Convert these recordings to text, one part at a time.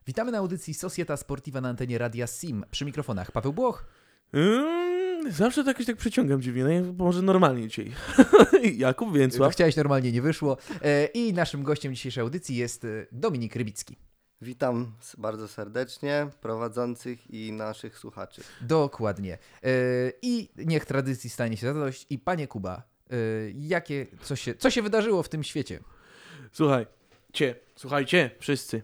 Witamy na audycji Societa Sportiva na antenie Radia SIM. Przy mikrofonach Paweł Błoch. Zawsze to jakoś tak przeciągam dziwnie, no może normalnie dzisiaj. Jakub Więcław. Chciałeś, normalnie nie wyszło. I naszym gościem dzisiejszej audycji jest Dominik Rybicki. Witam bardzo serdecznie prowadzących i naszych słuchaczy. Dokładnie. I niech tradycji stanie się zadość. I panie Kuba, co się wydarzyło w tym świecie? Słuchajcie, wszyscy.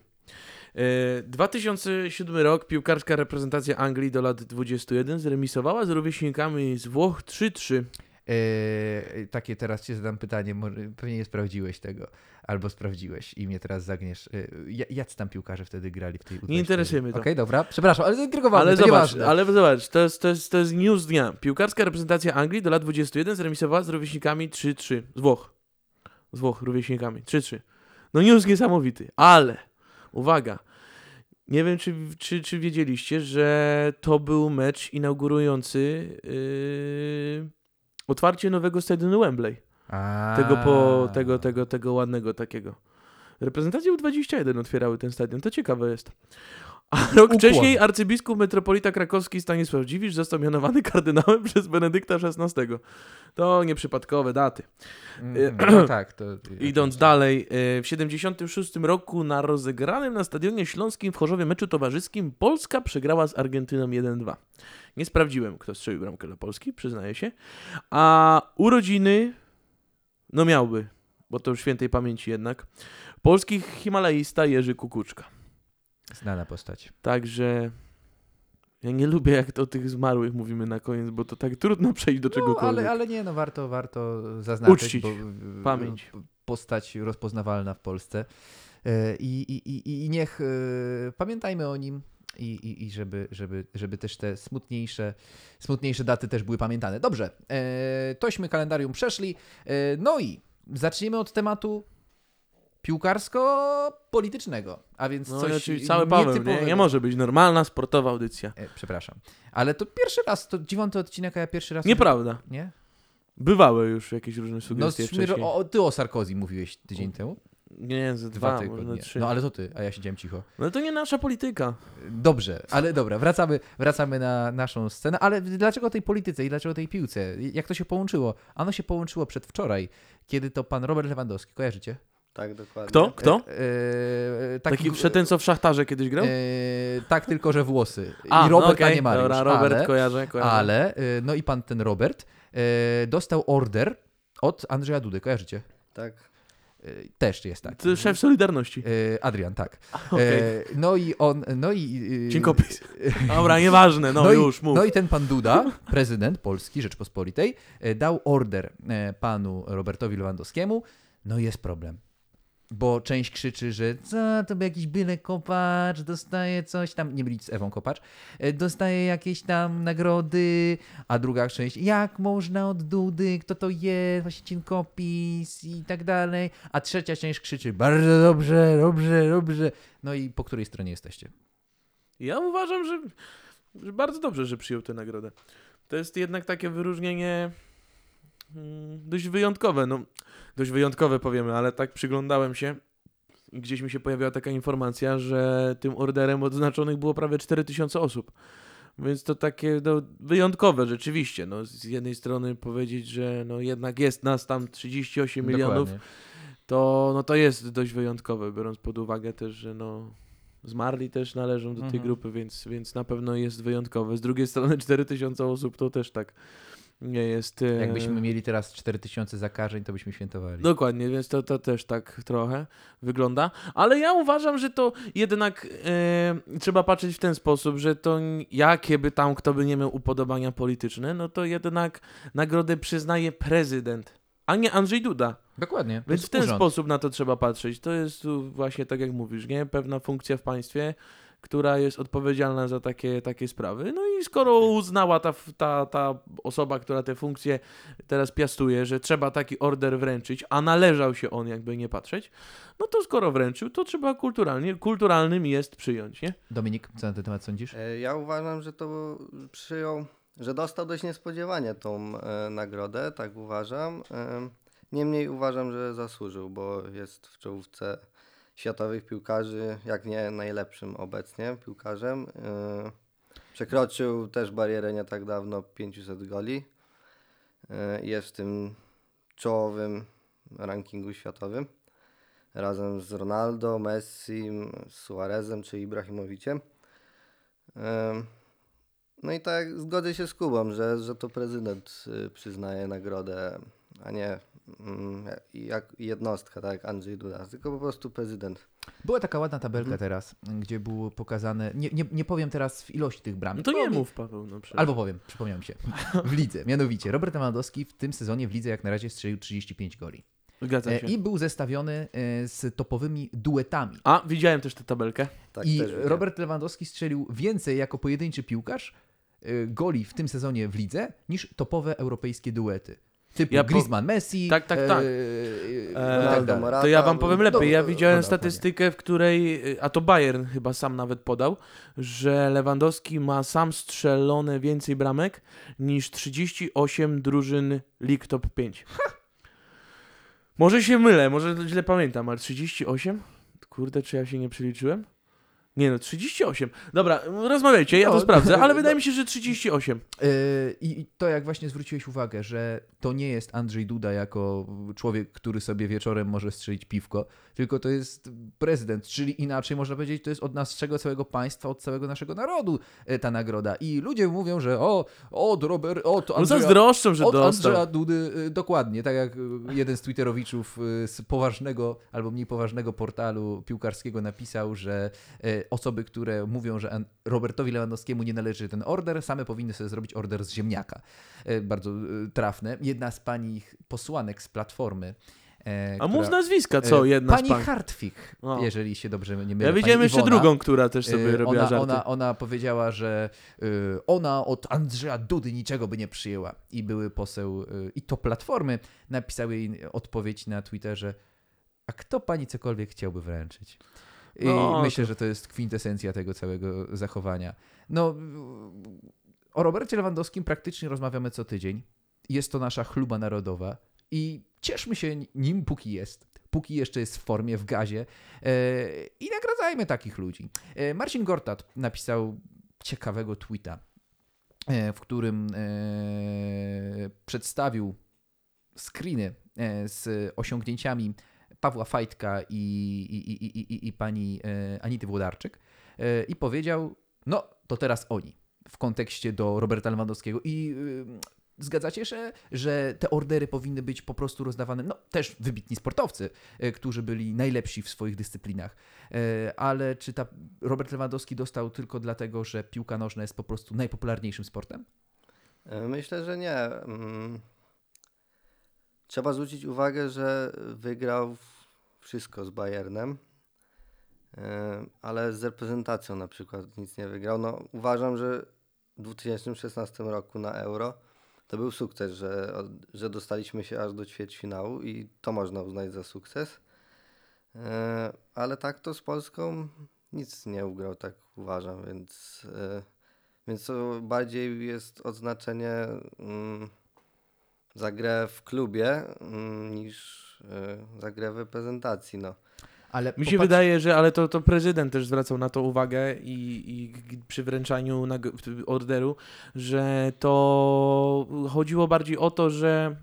2007 rok piłkarska reprezentacja Anglii do lat 21 zremisowała z rówieśnikami z Włoch 3-3. Takie teraz cię zadam pytanie, może pewnie nie sprawdziłeś tego, albo sprawdziłeś i mnie teraz zagniesz. Jacy tam piłkarze wtedy grali w tej U24? Nie interesuje mnie to. Okej, dobra, przepraszam, ale zaintrygowany, to nieważne. Ale zobacz, to jest news dnia. Piłkarska reprezentacja Anglii do lat 21 zremisowała z rówieśnikami 3-3. Z Włoch rówieśnikami 3-3. No news niesamowity, ale uwaga, nie wiem czy wiedzieliście, że to był mecz inaugurujący otwarcie nowego stadionu Wembley. Tego ładnego takiego. Reprezentacje U21 otwierały ten stadion, to ciekawe jest. A rok wcześniej arcybiskup metropolita krakowski Stanisław Dziwisz został mianowany kardynałem przez Benedykta XVI. To nieprzypadkowe daty. No tak. Idąc dalej, w 76 roku na rozegranym na Stadionie Śląskim w Chorzowie meczu towarzyskim Polska przegrała z Argentyną 1-2. Nie sprawdziłem, kto strzelił bramkę dla Polski, przyznaję się. A urodziny, no miałby, bo to już świętej pamięci jednak, polski himalaista Jerzy Kukuczka. Znana postać. Także ja nie lubię, jak to o tych zmarłych mówimy na koniec, bo to tak trudno przejść do czegokolwiek. Ale nie, no warto zaznaczyć, uczcić bo pamięć. Postać rozpoznawalna w Polsce i niech pamiętajmy o nim i żeby też te smutniejsze daty też były pamiętane. Dobrze, tośmy kalendarium przeszli, no i zaczniemy od tematu piłkarsko-politycznego, a więc coś czyli cały Paweł, nie może być normalna, sportowa audycja. Przepraszam, ale to pierwszy raz, to 9 odcinek, a ja pierwszy raz... Nieprawda. Nie? Bywały już jakieś różne sugestie wcześniej. Ty o Sarkozy mówiłeś tydzień temu? Nie, ze 2 może 3. No ale to ty, a ja siedziałem cicho. No to nie nasza polityka. Dobrze, ale dobra, wracamy na naszą scenę, ale dlaczego tej polityce i dlaczego tej piłce? Jak to się połączyło? Ano się połączyło przedwczoraj, kiedy to pan Robert Lewandowski, kojarzycie? Tak, dokładnie. Kto? Taki ten, co w Szachtarze kiedyś grał? Tak, tylko że włosy. I Robert, a nie Mariusz. Dobra, Robert kojarzę. Ale, no i pan ten Robert dostał order od Andrzeja Dudy, kojarzycie? Tak. Też jest tak. To szef Solidarności. Adrian, tak. Okay. Cienkopis. Dobra, nieważne, już mów. No i ten pan Duda, prezydent Polski Rzeczpospolitej, dał order panu Robertowi Lewandowskiemu. No jest problem. Bo część krzyczy, że co, to by jakiś byle Kopacz dostaje coś tam, nie mylić z Ewą Kopacz, dostaje jakieś tam nagrody, a druga część, jak można od Dudy, kto to jest, właśnie cienkopis i tak dalej, a trzecia część krzyczy, bardzo dobrze. No i po której stronie jesteście? Ja uważam, że bardzo dobrze, że przyjął tę nagrodę. To jest jednak takie wyróżnienie dość wyjątkowe, dość wyjątkowe powiemy, ale tak przyglądałem się i gdzieś mi się pojawiła taka informacja, że tym orderem odznaczonych było prawie 4000 osób. Więc to takie wyjątkowe rzeczywiście. Z jednej strony powiedzieć, że jednak jest nas tam 38 milionów, to jest dość wyjątkowe, biorąc pod uwagę też, że zmarli też należą do tej grupy, więc na pewno jest wyjątkowe. Z drugiej strony 4000 osób to też tak nie jest... Jakbyśmy mieli teraz 4000 zakażeń, to byśmy świętowali. Dokładnie, więc to też tak trochę wygląda. Ale ja uważam, że to jednak trzeba patrzeć w ten sposób, że to jakie by tam kto by nie miał upodobania polityczne, no to jednak nagrodę przyznaje prezydent, a nie Andrzej Duda. Dokładnie. Więc w ten sposób na to trzeba patrzeć. To jest właśnie tak jak mówisz, nie? Pewna funkcja w państwie, która jest odpowiedzialna za takie sprawy. No i skoro uznała ta osoba, która te funkcje teraz piastuje, że trzeba taki order wręczyć, a należał się on, jakby nie patrzeć, no to skoro wręczył, to trzeba kulturalnym jest przyjąć, nie? Dominik, co na ten temat sądzisz? Ja uważam, że to przyjął, że dostał dość niespodziewanie tą nagrodę, tak uważam. Niemniej uważam, że zasłużył, bo jest w czołówce światowych piłkarzy, jak nie najlepszym obecnie piłkarzem. Przekroczył też barierę nie tak dawno 500 goli. Jest w tym czołowym rankingu światowym. Razem z Ronaldo, Messi, Suarezem czy Ibrahimowiciem. No i tak zgodzę się z Kubą, że to prezydent przyznaje nagrodę, a nie jak jednostka, tak jak Andrzej Duda, tylko po prostu prezydent. Była taka ładna tabelka teraz, gdzie było pokazane, nie powiem teraz w ilości tych bramek. No to nie mów, Paweł. No albo powiem, przypomniał mi się. W lidze, mianowicie Robert Lewandowski w tym sezonie w lidze jak na razie strzelił 35 goli. Zgadza się. I był zestawiony z topowymi duetami. A, widziałem też tę tabelkę. Tak, I też widziałem. Robert Lewandowski strzelił więcej jako pojedynczy piłkarz goli w tym sezonie w lidze niż topowe europejskie duety. Typu Griezmann, Messi. Tak. Ronaldo, Morata. To ja wam powiem lepiej. Ja widziałem dobra, statystykę, w której, a to Bayern chyba sam nawet podał, że Lewandowski ma sam strzelone więcej bramek niż 38 drużyn League Top 5. Może się mylę, może źle pamiętam, ale 38? Kurde, czy ja się nie przeliczyłem? Nie no, 38. Dobra, rozmawiajcie, ja to sprawdzę, ale wydaje mi się, że 38. I to jak właśnie zwróciłeś uwagę, że to nie jest Andrzej Duda jako człowiek, który sobie wieczorem może strzelić piwko, tylko to jest prezydent, czyli inaczej można powiedzieć, to jest od naszego całego państwa, od całego naszego narodu ta nagroda. I ludzie mówią, że od Andrzeja, zazdroszczą, że od dostał. Andrzeja Dudy, dokładnie, tak jak jeden z twitterowiczów z poważnego albo mniej poważnego portalu piłkarskiego napisał, że osoby, które mówią, że Robertowi Lewandowskiemu nie należy ten order, same powinny sobie zrobić order z ziemniaka. Bardzo trafne. Jedna z pani posłanek z Platformy. A mów z nazwiska, co jedna pani z pań? Hartwig, jeżeli się dobrze nie mylę. Ja widziałem jeszcze Iwona, drugą, która też sobie robiła żarty. Ona powiedziała, że ona od Andrzeja Dudy niczego by nie przyjęła. I były poseł, i to Platformy, napisał jej odpowiedź na Twitterze, a kto pani cokolwiek chciałby wręczyć? I myślę, że to jest kwintesencja tego całego zachowania. No, o Robercie Lewandowskim praktycznie rozmawiamy co tydzień. Jest to nasza chluba narodowa i cieszmy się nim, póki jeszcze jest w formie, w gazie i nagradzajmy takich ludzi. Marcin Gortat napisał ciekawego tweeta, w którym przedstawił screeny z osiągnięciami Pawła Fajtka i pani Anity Włodarczyk i powiedział, no to teraz oni w kontekście do Roberta Lewandowskiego i zgadzacie się, że te ordery powinny być po prostu rozdawane, no też wybitni sportowcy, którzy byli najlepsi w swoich dyscyplinach, ale czy Robert Lewandowski dostał tylko dlatego, że piłka nożna jest po prostu najpopularniejszym sportem? Myślę, że nie. Trzeba zwrócić uwagę, że wygrał wszystko z Bayernem, ale z reprezentacją na przykład nic nie wygrał. No, uważam, że w 2016 roku na Euro to był sukces, że dostaliśmy się aż do ćwierćfinału i to można uznać za sukces. Ale tak to z Polską nic nie ugrał, tak uważam, więc to bardziej jest odznaczenie za grę w klubie niż za grę w reprezentacji. No. Ale Mi się wydaje, że ale to prezydent też zwracał na to uwagę i przy wręczaniu orderu, że to chodziło bardziej o to, że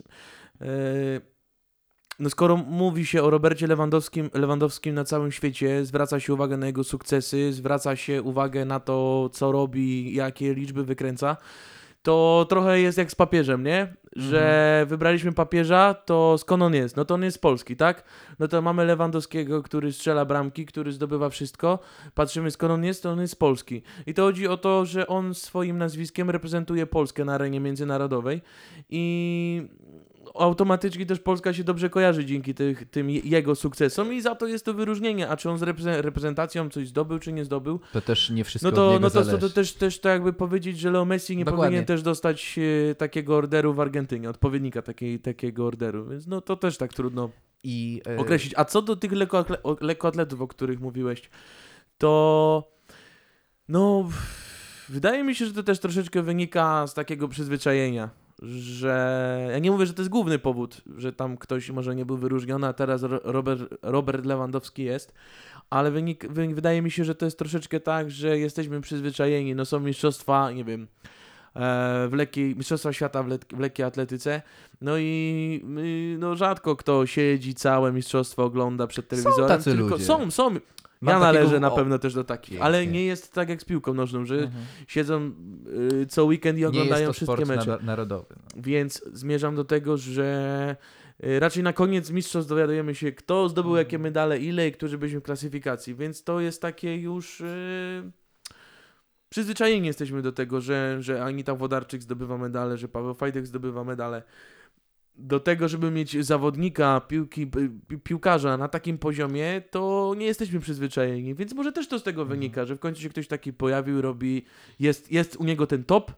no skoro mówi się o Robercie Lewandowskim na całym świecie, zwraca się uwagę na jego sukcesy, zwraca się uwagę na to, co robi, jakie liczby wykręca, to trochę jest jak z papieżem, nie? Że wybraliśmy papieża, to skąd on jest? No to on jest z Polski, tak? No to mamy Lewandowskiego, który strzela bramki, który zdobywa wszystko. Patrzymy skąd on jest, to on jest z Polski. I to chodzi o to, że on swoim nazwiskiem reprezentuje Polskę na arenie międzynarodowej i automatycznie też Polska się dobrze kojarzy dzięki tym jego sukcesom i za to jest to wyróżnienie. A czy on z reprezentacją coś zdobył, czy nie zdobył? To też nie wszystko od niego zależy. To też to jakby powiedzieć, że Leo Messi nie powinien też dostać takiego orderu w Argentynie, odpowiednika takiego orderu. Więc no to też tak trudno określić. A co do tych lekkoatletów, o których mówiłeś, to no wydaje mi się, że to też troszeczkę wynika z takiego przyzwyczajenia, że ja nie mówię, że to jest główny powód, że tam ktoś może nie był wyróżniony, a teraz Robert Lewandowski jest, ale wydaje mi się, że to jest troszeczkę tak, że jesteśmy przyzwyczajeni, no są mistrzostwa, nie wiem, mistrzostwa świata w lekkiej atletyce, no i no rzadko kto siedzi całe mistrzostwo ogląda przed telewizorem. Są tacy tylko ludzie. Są. Mam Ja należę takiego- na o, pewno też do takich, pięknie. ale nie jest tak jak z piłką nożną, że siedzą co weekend i Nie oglądają jest to wszystkie sport mecze. narodowy. No. Więc zmierzam do tego, że raczej na koniec mistrzostw dowiadujemy się, kto zdobył jakie medale, ile i którzy byliśmy w klasyfikacji. Więc to jest takie już... Przyzwyczajeni jesteśmy do tego, że Anita Włodarczyk zdobywa medale, że Paweł Fajdek zdobywa medale. Do tego, żeby mieć zawodnika, piłkarza na takim poziomie, to nie jesteśmy przyzwyczajeni. Więc może też to z tego wynika, że w końcu się ktoś taki pojawił, robi, jest u niego ten top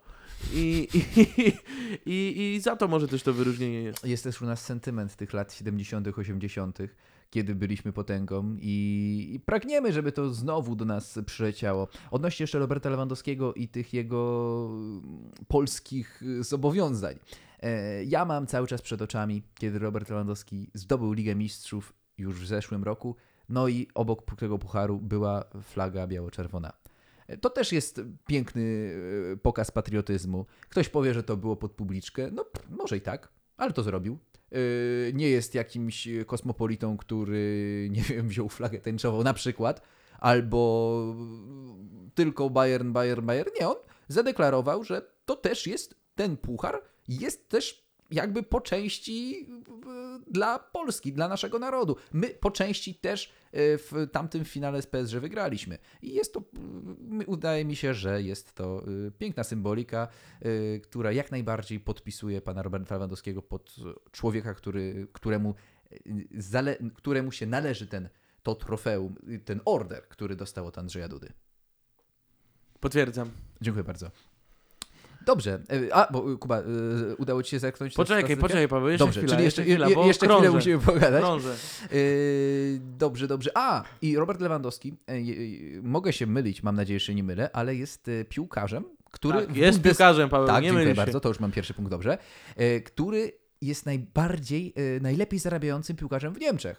i za to może też to wyróżnienie jest. Jest też u nas sentyment tych lat 70., 80., kiedy byliśmy potęgą i pragniemy, żeby to znowu do nas przyleciało. Odnośnie jeszcze Roberta Lewandowskiego i tych jego polskich zobowiązań. Ja mam cały czas przed oczami, kiedy Robert Lewandowski zdobył Ligę Mistrzów już w zeszłym roku, no i obok tego pucharu była flaga biało-czerwona. To też jest piękny pokaz patriotyzmu. Ktoś powie, że to było pod publiczkę. No może i tak, ale to zrobił. Nie jest jakimś kosmopolitą, który, nie wiem, wziął flagę tęczową na przykład, albo tylko Bayern. Nie, on zadeklarował, że to też jest ten puchar, jest też jakby po części dla Polski, dla naszego narodu. My po części też w tamtym finale z PSG wygraliśmy. I jest to, wydaje mi się, że jest to piękna symbolika, która jak najbardziej podpisuje pana Roberta Lewandowskiego pod człowieka, któremu się należy to trofeum, ten order, który dostał od Andrzeja Dudy. Potwierdzam. Dziękuję bardzo. Dobrze. Bo Kuba, udało ci się zerknąć? Poczekaj, Paweł, jeszcze Dobrze, chwila, czyli jeszcze chwila, bo jeszcze chwilę musimy pogadać. Krążę. Dobrze. I Robert Lewandowski, mogę się mylić, mam nadzieję, że się nie mylę, ale jest piłkarzem, który... Tak, jest piłkarzem, Paweł, tak, nie dziękuję mylisz się. bardzo, to już mam pierwszy punkt, dobrze. Który jest najlepiej zarabiającym piłkarzem w Niemczech.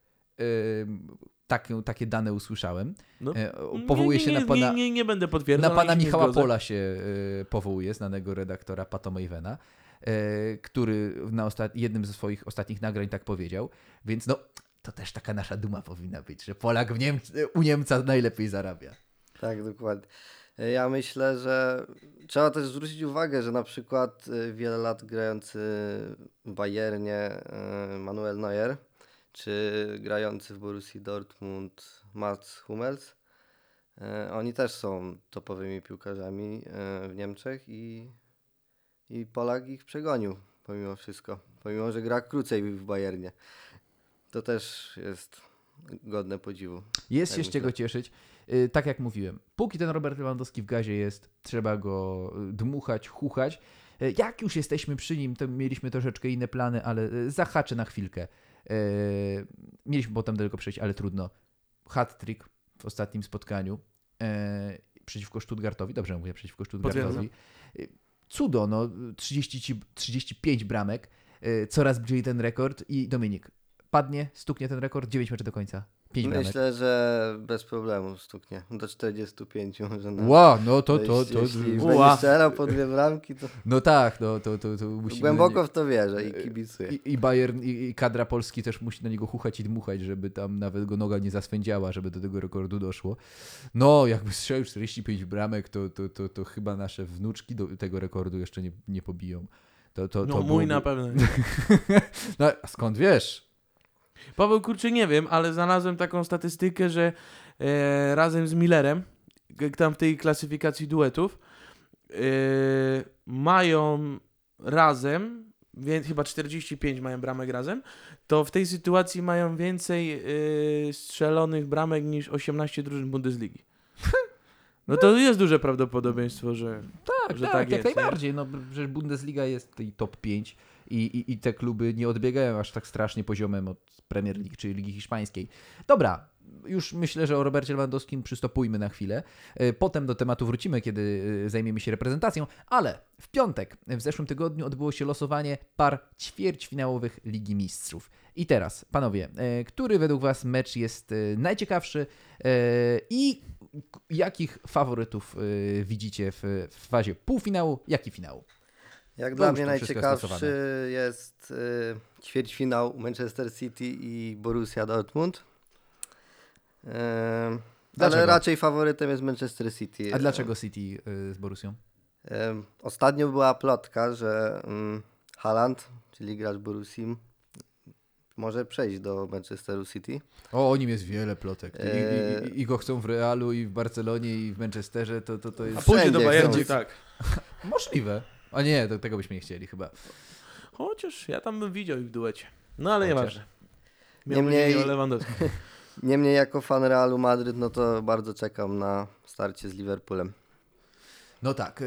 Takie dane usłyszałem. No. Powołuje się na pana... Nie będę potwierdzał. Na pana ale się nie Michała zgodzę. Pola się powołuje, znanego redaktora Pato Mavena, który na jednym ze swoich ostatnich nagrań tak powiedział. Więc no, to też taka nasza duma powinna być, że Polak u Niemca najlepiej zarabia. Tak, dokładnie. Ja myślę, że trzeba też zwrócić uwagę, że na przykład wiele lat grający w Bayernie Manuel Neuer, czy grający w Borussii Dortmund Mats Hummels, oni też są topowymi piłkarzami w Niemczech i Polak ich przegonił pomimo wszystko, pomimo że gra krócej w Bayernie. To też jest godne podziwu. Jest tak się z czego myślę. cieszyć. Tak jak mówiłem, póki ten Robert Lewandowski w gazie jest, trzeba go dmuchać, chuchać. Jak już jesteśmy przy nim, to mieliśmy troszeczkę inne plany, ale zahaczę na chwilkę. Mieliśmy potem do tego przejść, ale trudno. Hat-trick w ostatnim spotkaniu przeciwko Stuttgartowi. Dobrze mówię, przeciwko Stuttgartowi. Cudo, no 35 bramek. Coraz bliżej ten rekord i Dominik, stuknie ten rekord, 9 meczy do końca. 5 bramek. Myślę, że bez problemu stuknie. Do 45 może na... Wow, no to. Jeśli Ua. będzie strzelał po 2 bramki, to No tak, no to musimy... głęboko w to wierzę i kibicuję. I Bayern, i kadra Polski też musi na niego chuchać i dmuchać, żeby tam nawet go noga nie zaswędziała, żeby do tego rekordu doszło. No, jakby strzelił 45 bramek, to chyba nasze wnuczki do tego rekordu jeszcze nie pobiją. To mój byłoby... na pewno. No, a skąd wiesz? Paweł, kurczę, nie wiem, ale znalazłem taką statystykę, że razem z Millerem, tam w tej klasyfikacji duetów, mają razem, chyba 45 mają bramek razem, to w tej sytuacji mają więcej strzelonych bramek niż 18 drużyn Bundesligi. No to jest duże prawdopodobieństwo, że tak jak jest, najbardziej. No, przecież Bundesliga jest tej top 5 i te kluby nie odbiegają aż tak strasznie poziomem od Premier League czy Ligi Hiszpańskiej. Dobra, już myślę, że o Robercie Lewandowskim przystopujmy na chwilę. Potem do tematu wrócimy, kiedy zajmiemy się reprezentacją, ale w piątek, w zeszłym tygodniu odbyło się losowanie par ćwierćfinałowych Ligi Mistrzów. I teraz, panowie, który według was mecz jest najciekawszy i jakich faworytów widzicie w fazie półfinału, jak i finału? Jak To dla już mnie to wszystko jest najciekawszy jest ćwierćfinał Manchester City i Borussia Dortmund. Dlaczego? Ale raczej faworytem jest Manchester City. A dlaczego City z Borussią? Ostatnio była plotka, że Haaland, czyli gracz Borussii, może przejść do Manchesteru City. O nim jest wiele plotek. I go chcą w Realu, i w Barcelonie, i w Manchesterze. To jest... A pójdzie do Wszędzie Bayernu, chcą. tak. Możliwe. A nie, tego byśmy nie chcieli chyba. Chociaż ja tam bym widział ich w duecie. No ale Chociaż. nieważne. Miał Niemniej- o Lewandowskim. Niemniej jako fan Realu Madryt, no to bardzo czekam na starcie z Liverpoolem. No tak.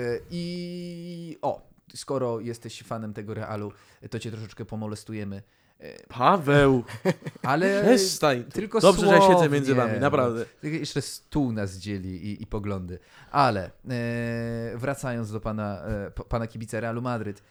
Skoro jesteś fanem tego Realu, to cię troszeczkę pomolestujemy. Paweł, Ale przestań. tylko Dobrze, że ja siedzę słownie, między wami, naprawdę. Tylko jeszcze stół nas dzieli i poglądy. Ale wracając do pana kibica Realu Madryt.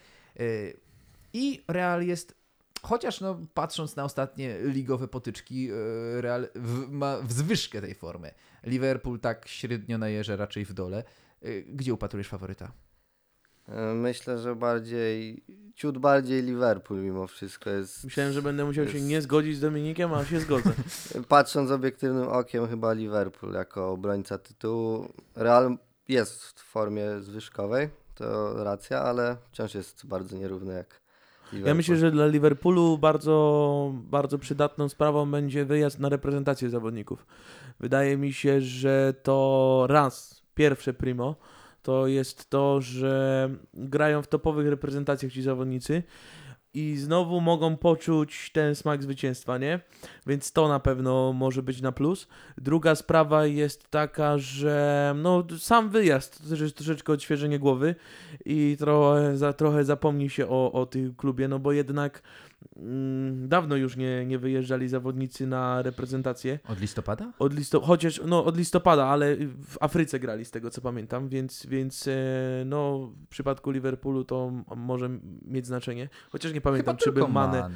I Real jest, chociaż no, patrząc na ostatnie ligowe potyczki, Real ma wzwyżkę tej formy. Liverpool tak średnio najeżdża raczej w dole. Gdzie upatrujesz faworyta? Myślę, że ciut bardziej Liverpool mimo wszystko jest. Myślałem, że będę musiał się nie zgodzić z Dominikiem, a się zgodzę. Patrząc obiektywnym okiem, chyba Liverpool jako obrońca tytułu. Real jest w formie zwyżkowej, to racja, ale wciąż jest bardzo nierówny jak Liverpool. Ja myślę, że dla Liverpoolu bardzo, bardzo przydatną sprawą będzie wyjazd na reprezentację zawodników. Wydaje mi się, że to pierwsze primo, to jest to, że grają w topowych reprezentacjach ci zawodnicy i znowu mogą poczuć ten smak zwycięstwa, nie? Więc to na pewno może być na plus. Druga sprawa jest taka, że no, sam wyjazd to też jest troszeczkę odświeżenie głowy i trochę zapomni się o tym klubie, no bo jednak dawno już nie wyjeżdżali zawodnicy na reprezentację. Od listopada? Od listopada, ale w Afryce grali z tego co pamiętam, więc no w przypadku Liverpoolu to może mieć znaczenie. Chociaż nie pamiętam, czy by tylko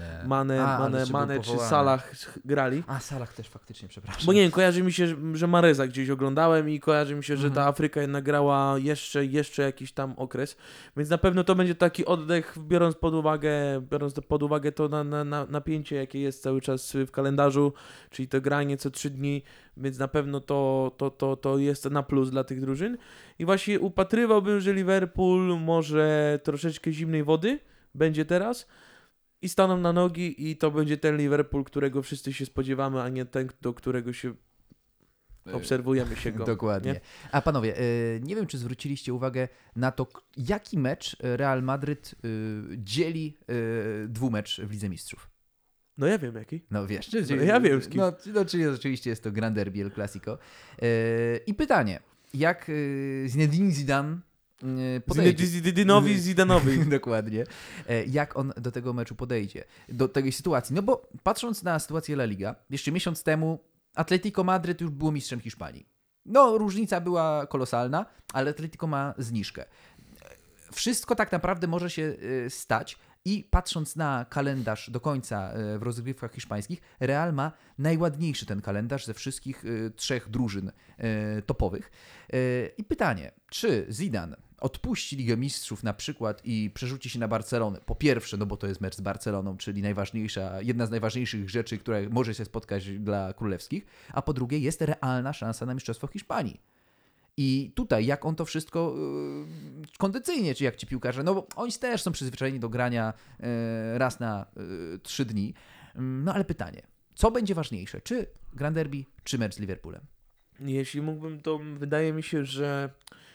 Mane czy Salah grali. A, Salah też faktycznie, przepraszam. Bo nie wiem, kojarzy mi się, że Mareza gdzieś oglądałem i kojarzy mi się, że ta Afryka jednak grała jeszcze jakiś tam okres. Więc na pewno to będzie taki oddech, biorąc pod uwagę to napięcie, jakie jest cały czas w kalendarzu, czyli to granie co 3 dni, więc na pewno to jest na plus dla tych drużyn. I właśnie upatrywałbym, że Liverpool może troszeczkę zimnej wody będzie teraz i staną na nogi i to będzie ten Liverpool, którego wszyscy się spodziewamy, a nie ten, do którego się obserwujemy się go. Dokładnie. Nie? A panowie, nie wiem, czy zwróciliście uwagę na to, jaki mecz Real Madryt dzieli dwumecz w Lidze Mistrzów. No ja wiem jaki. No wiesz, ja wiem z kim. No, czyli oczywiście jest to Gran Derby El Clasico. I pytanie, jak Zinedine Zidane podejdzie. Zidanowi. Dokładnie. Jak on do tego meczu podejdzie, do tej sytuacji. No bo patrząc na sytuację La Liga, jeszcze miesiąc temu Atletico Madryt już było mistrzem Hiszpanii. No, różnica była kolosalna, ale Atletico ma zniżkę. Wszystko tak naprawdę może się stać i patrząc na kalendarz do końca w rozgrywkach hiszpańskich, Real ma najładniejszy ten kalendarz ze wszystkich 3 drużyn topowych. I pytanie, czy Zidane odpuści Ligę Mistrzów na przykład i przerzuci się na Barcelonę? Po pierwsze, no bo to jest mecz z Barceloną, czyli jedna z najważniejszych rzeczy, która może się spotkać dla królewskich, a po drugie jest realna szansa na mistrzostwo Hiszpanii. I tutaj, jak on to wszystko kondycyjnie, czy jak ci piłkarze, no bo oni też są przyzwyczajeni do grania raz na 3 dni. No ale pytanie, co będzie ważniejsze? Czy Gran Derby, czy mecz z Liverpoolem? Jeśli mógłbym, to wydaje mi się, że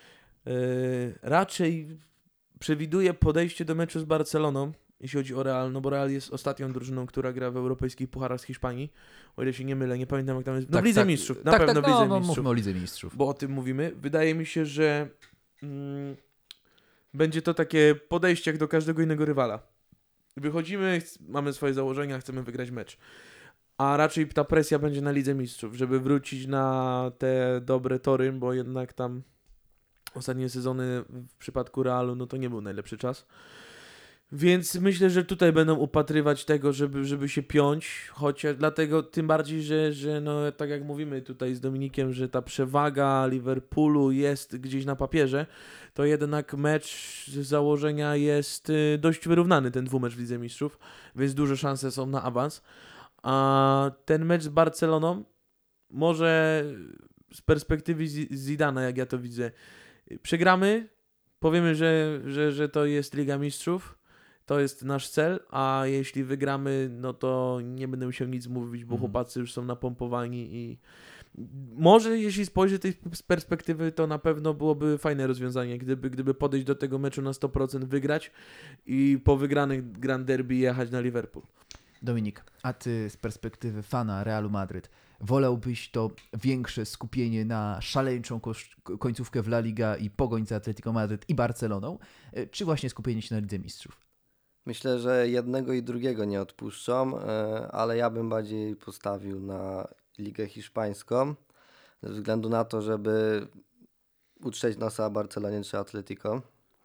raczej przewiduję podejście do meczu z Barceloną, jeśli chodzi o Real, no bo Real jest ostatnią drużyną, która gra w europejskich pucharach z Hiszpanii, o ile się nie mylę, nie pamiętam jak tam jest, w Lidze Mistrzów, na pewno w Lidze Mistrzów. Mówmy o Lidze Mistrzów. Bo o tym mówimy. Wydaje mi się, że będzie to takie podejście jak do każdego innego rywala. Wychodzimy, mamy swoje założenia, chcemy wygrać mecz. a raczej ta presja będzie na Lidze Mistrzów, żeby wrócić na te dobre tory, bo jednak tam ostatnie sezony w przypadku Realu, no to nie był najlepszy czas. Więc myślę, że tutaj będą upatrywać tego, żeby się piąć, chociaż dlatego tym bardziej, że no tak jak mówimy tutaj z Dominikiem, że ta przewaga Liverpoolu jest gdzieś na papierze, to jednak mecz z założenia jest dość wyrównany, ten dwumecz w Lidze Mistrzów, więc duże szanse są na awans. A ten mecz z Barceloną może z perspektywy Zidana, jak ja to widzę, przegramy, powiemy, że to jest Liga Mistrzów, to jest nasz cel, a jeśli wygramy, no to nie będę musiał nic mówić, bo chłopacy już są napompowani i może jeśli spojrzeć tej z perspektywy, to na pewno byłoby fajne rozwiązanie, gdyby podejść do tego meczu na 100%, wygrać i po wygranych Grand Derby jechać na Liverpool. Dominik, a ty z perspektywy fana Realu Madryt wolałbyś to większe skupienie na szaleńczą końcówkę w La Liga i pogoń za Atletico Madryt i Barceloną, czy właśnie skupienie się na Lidze Mistrzów? Myślę, że jednego i drugiego nie odpuszczą, ale ja bym bardziej postawił na Ligę Hiszpańską, ze względu na to, żeby utrzeć nosa Barcelonie czy Atletico.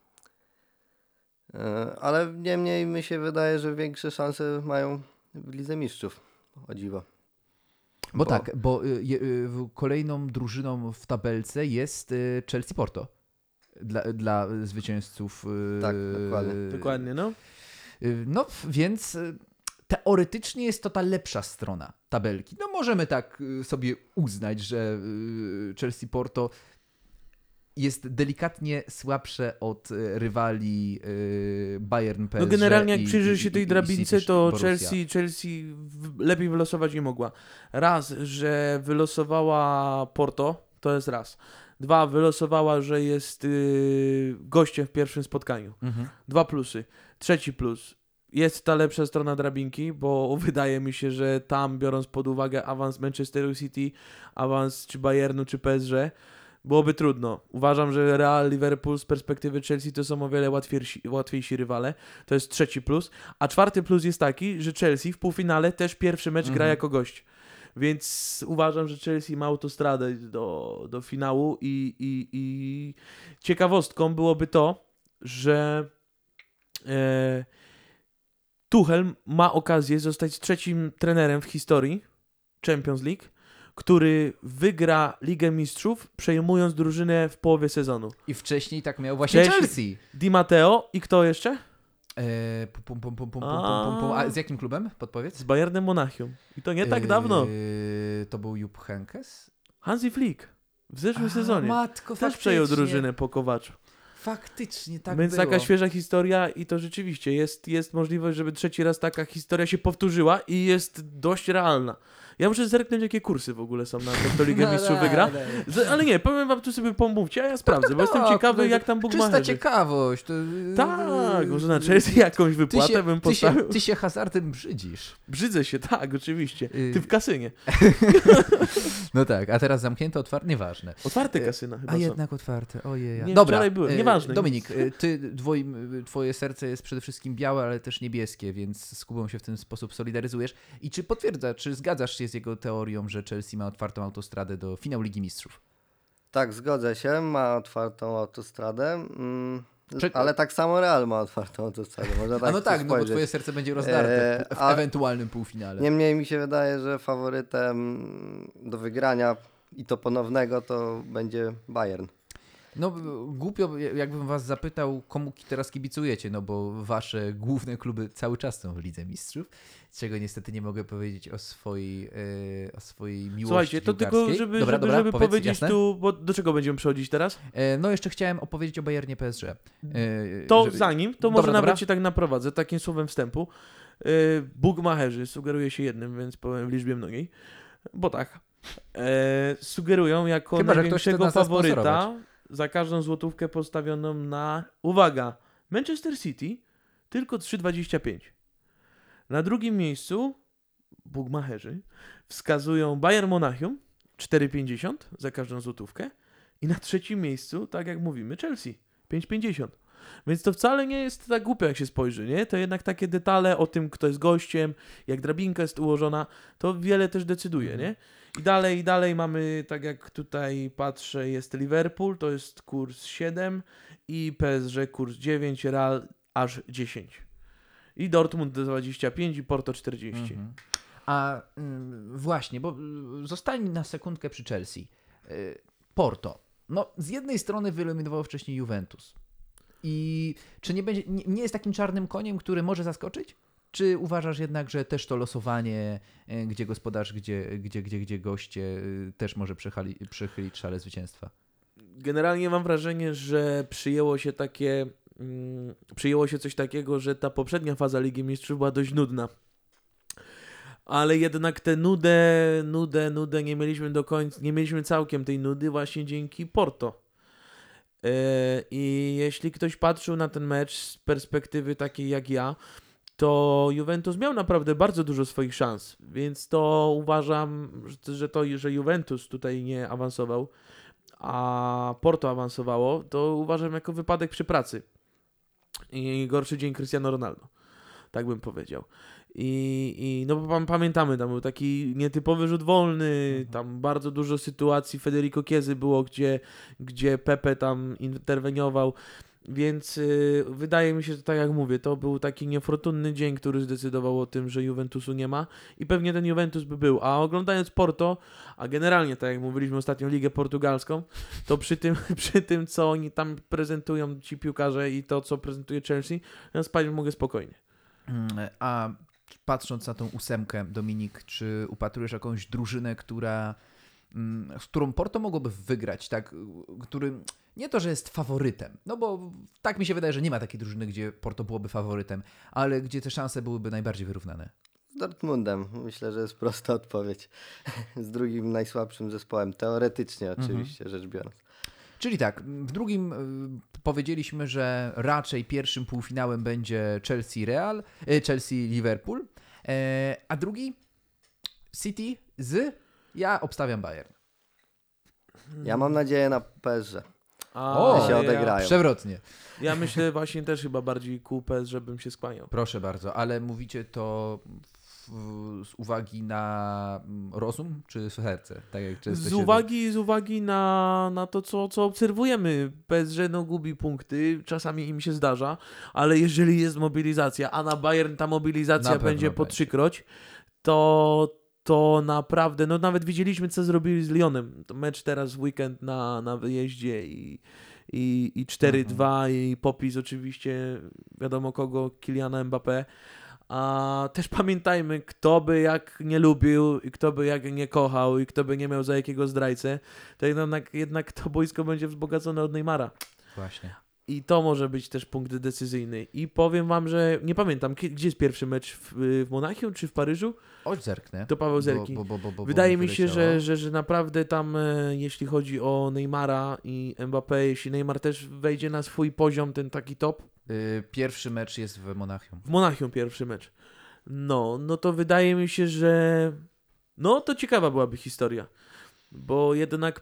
Ale niemniej mi się wydaje, że większe szanse mają w Lidze Mistrzów, o dziwo. Bo kolejną drużyną w tabelce jest Chelsea-Porto dla zwycięzców. Tak, dokładnie. Dokładnie, no. No, więc teoretycznie jest to ta lepsza strona tabelki. No możemy tak sobie uznać, że Chelsea-Porto jest delikatnie słabsze od rywali Bayern, PSG. No generalnie jak przyjrzysz się tej drabince, to Borussia. Chelsea lepiej wylosować nie mogła. Raz, że wylosowała Porto, to jest raz. 2, wylosowała, że jest gościem w pierwszym spotkaniu. 2 plusy. 3 plus. Jest ta lepsza strona drabinki, bo wydaje mi się, że tam, biorąc pod uwagę awans Manchesteru City, awans czy Bayernu, czy PSG, byłoby trudno. Uważam, że Real, Liverpool z perspektywy Chelsea to są o wiele łatwiejsi rywale. To jest 3 plus. A 4 plus jest taki, że Chelsea w półfinale też pierwszy mecz gra jako gość. Więc uważam, że Chelsea ma autostradę do finału i ciekawostką byłoby to, że Tuchel ma okazję zostać trzecim trenerem w historii Champions League, który wygra Ligę Mistrzów, przejmując drużynę w połowie sezonu. I wcześniej tak miał właśnie Chelsea. Di Matteo i kto jeszcze? A z jakim klubem? Podpowiedz. Z Bayernem Monachium. I to nie tak dawno. To był Jupp Heynckes? Hansi Flick. W zeszłym sezonie. Matko, też przejął drużynę po Kowaczu. Faktycznie tak Więc było. taka świeża historia i to rzeczywiście jest możliwość, żeby trzeci raz taka historia się powtórzyła i jest dość realna. Ja muszę zerknąć, jakie kursy w ogóle są na to, kto Ligę Mistrzów wygra. Ale nie, powiem wam, tu sobie pomówcie, a ja sprawdzę, bo jestem ciekawy, jak tam Bóg ma. Czysta ciekawość. To... Tak, może na Chelsea jakąś wypłatę bym postawił. Ty się hazardem brzydzisz. Brzydzę się, tak, oczywiście. Ty w kasynie. No tak, a teraz zamknięte, otwarte, nieważne. Otwarte kasyna chyba A są. jednak otwarte, ojej. Nie, dobra, wczoraj były, nieważne. Dominik, twoje serce jest przede wszystkim białe, ale też niebieskie, więc z Kubą się w ten sposób solidaryzujesz. I czy potwierdzasz, czy zgadzasz się z jego teorią, że Chelsea ma otwartą autostradę do finału Ligi Mistrzów? Tak, zgodzę się, ma otwartą autostradę, ale tak samo Real ma otwartą autostradę. Można tak no bo twoje serce będzie rozdarte w ewentualnym półfinale. Niemniej mi się wydaje, że faworytem do wygrania i to ponownego to będzie Bayern. No głupio, jakbym was zapytał, komu teraz kibicujecie, no bo wasze główne kluby cały czas są w Lidze Mistrzów, czego niestety nie mogę powiedzieć o swojej miłości. Słuchajcie, to tylko, żeby powiedzieć jasne? Tu, bo do czego będziemy przechodzić teraz? No jeszcze chciałem opowiedzieć o Bayernie PSG. Zanim, to może nawet się tak naprowadzę, takim słowem wstępu. Bugmacherzy, sugeruje się jednym, więc powiem w liczbie mnogiej, bo tak, sugerują jako największego faworyta za każdą złotówkę postawioną na, uwaga, Manchester City tylko 3,25. Na drugim miejscu bugmacherzy wskazują Bayern Monachium 4,50 za każdą złotówkę i na trzecim miejscu, tak jak mówimy, Chelsea 5,50. Więc to wcale nie jest tak głupio, jak się spojrzy, nie? To jednak takie detale o tym, kto jest gościem, jak drabinka jest ułożona, to wiele też decyduje, nie? I dalej mamy, tak jak tutaj patrzę, jest Liverpool, to jest kurs 7 i PSG kurs 9, Real aż 10. I Dortmund 25 i Porto 40. A właśnie, bo zostańmy na sekundkę przy Chelsea. Porto. No, z jednej strony wyeliminował wcześniej Juventus. I czy nie jest takim czarnym koniem, który może zaskoczyć? Czy uważasz jednak, że też to losowanie, gdzie gospodarz, gdzie goście, też może przechylić szale zwycięstwa? Generalnie mam wrażenie, że przyjęło się coś takiego, że ta poprzednia faza Ligi Mistrzów była dość nudna. Ale jednak tę nudę nie mieliśmy do końca, nie mieliśmy całkiem tej nudy właśnie dzięki Porto. I jeśli ktoś patrzył na ten mecz z perspektywy takiej jak ja, to Juventus miał naprawdę bardzo dużo swoich szans, więc to uważam, że Juventus tutaj nie awansował, a Porto awansowało, to uważam jako wypadek przy pracy i gorszy dzień Cristiano Ronaldo, tak bym powiedział. I no pamiętamy, tam był taki nietypowy rzut wolny, tam bardzo dużo sytuacji Federico Chiesy było, gdzie Pepe tam interweniował, więc wydaje mi się, że tak jak mówię, to był taki niefortunny dzień, który zdecydował o tym, że Juventusu nie ma i pewnie ten Juventus by był, a oglądając Porto, a generalnie tak jak mówiliśmy ostatnio Ligę Portugalską, to przy tym co oni tam prezentują ci piłkarze i to co prezentuje Chelsea, ja spać mogę spokojnie. A patrząc na tą 8, Dominik, czy upatrujesz jakąś drużynę, z którą Porto mogłoby wygrać, tak? Który nie to, że jest faworytem, no bo tak mi się wydaje, że nie ma takiej drużyny, gdzie Porto byłoby faworytem, ale gdzie te szanse byłyby najbardziej wyrównane. Z Dortmundem. Myślę, że jest prosta odpowiedź. Z drugim najsłabszym zespołem. Teoretycznie oczywiście rzecz biorąc. Czyli tak, w drugim powiedzieliśmy, że raczej pierwszym półfinałem będzie Chelsea-Liverpool, a drugi City ja obstawiam Bayern. Ja mam nadzieję na PSG. O, się odegrają. Przewrotnie. Ja myślę właśnie też chyba bardziej ku PS, żebym się skłaniał. Proszę bardzo, ale mówicie to z uwagi na rozum czy serce? Tak jak często Z uwagi na to, co obserwujemy. PSG gubi punkty, czasami im się zdarza, ale jeżeli jest mobilizacja, a na Bayern ta mobilizacja będzie po 3-kroć, to naprawdę, no nawet widzieliśmy, co zrobili z Lyonem. To mecz teraz w weekend na wyjeździe i 4-2 i popis oczywiście wiadomo kogo, Kyliana Mbappé. A też pamiętajmy, kto by jak nie lubił i kto by jak nie kochał i kto by nie miał za jakiego zdrajcę, to jednak to boisko będzie wzbogacone od Neymara. Właśnie. I to może być też punkt decyzyjny. I powiem wam, że nie pamiętam, gdzie jest pierwszy mecz w Monachium czy w Paryżu? Oj, zerknę. To Paweł zerki. Wydaje mi się, że naprawdę tam, jeśli chodzi o Neymara i Mbappé, jeśli Neymar też wejdzie na swój poziom, ten taki top. Pierwszy mecz jest w Monachium. W Monachium pierwszy mecz. No to wydaje mi się, że no to ciekawa byłaby historia. Bo jednak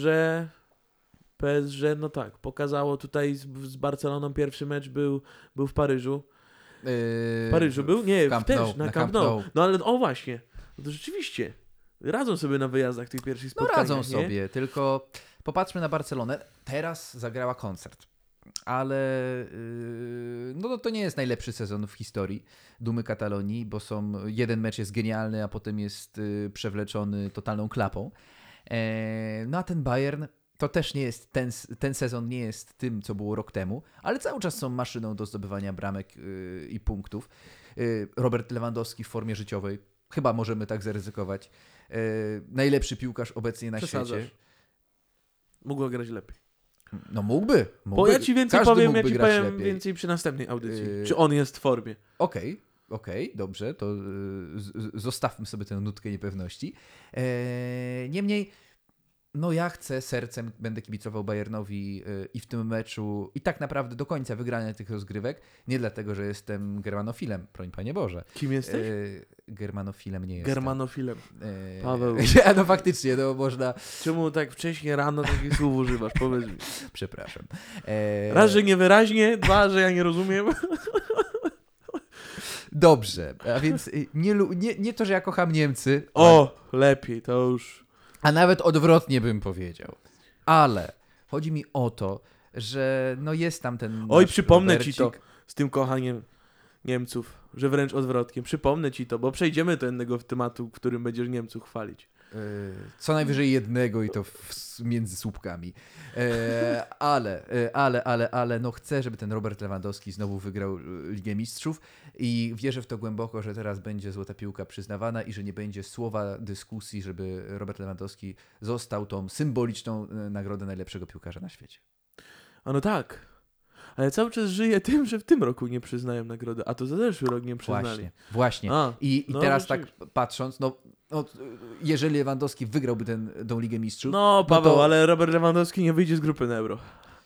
PSG, no tak, pokazało tutaj z Barceloną pierwszy mecz był w Paryżu. W Paryżu był? Nie, też na Camp Nou. No ale właśnie, no to rzeczywiście radzą sobie na wyjazdach tych pierwszych spotkaniach. No radzą sobie, tylko popatrzmy na Barcelonę. Teraz zagrała koncert. Ale no to nie jest najlepszy sezon w historii Dumy Katalonii, bo jeden mecz jest genialny, a potem jest przewleczony totalną klapą. No a ten Bayern to też nie jest, ten sezon nie jest tym, co było rok temu, ale cały czas są maszyną do zdobywania bramek i punktów. Robert Lewandowski w formie życiowej, chyba możemy tak zaryzykować. Najlepszy piłkarz obecnie na świecie. Mógł grać lepiej. No mógłby. Bo ja ci więcej powiem, więcej przy następnej audycji. Czy on jest w formie? Okej, dobrze, to zostawmy sobie tę nutkę niepewności. Niemniej no ja chcę, sercem będę kibicował Bayernowi i w tym meczu i tak naprawdę do końca wygrania tych rozgrywek, nie dlatego, że jestem germanofilem, broń Panie Boże. Kim jesteś? Germanofilem nie jestem. Germanofilem. Paweł. No faktycznie, no można... Czemu tak wcześnie rano takich słów używasz? Powiedz mi. Przepraszam. Raz, że niewyraźnie, dwa, że ja nie rozumiem. Dobrze, a więc nie to, że ja kocham Niemcy, O, lepiej, to już... a nawet odwrotnie bym powiedział. Ale chodzi mi o to, że no jest tam ten Oj, nasz przypomnę Robercik. ci to z tym kochaniem Niemców, że wręcz odwrotnie. Przypomnę ci to, bo przejdziemy do innego tematu, w którym będziesz Niemców chwalić. Co najwyżej jednego i to między słupkami. Ale no chcę, żeby ten Robert Lewandowski znowu wygrał Ligę Mistrzów i wierzę w to głęboko, że teraz będzie złota piłka przyznawana i że nie będzie słowa dyskusji, żeby Robert Lewandowski został tą symboliczną nagrodę najlepszego piłkarza na świecie. A no tak. Ale cały czas żyję tym, że w tym roku nie przyznają nagrody, a to za zeszły rok nie przyznali. Właśnie. A, I no teraz tak rzeczywiście. patrząc, no, jeżeli Lewandowski wygrałby tą Ligę Mistrzów, No Paweł, to... ale Robert Lewandowski nie wyjdzie z grupy na Euro.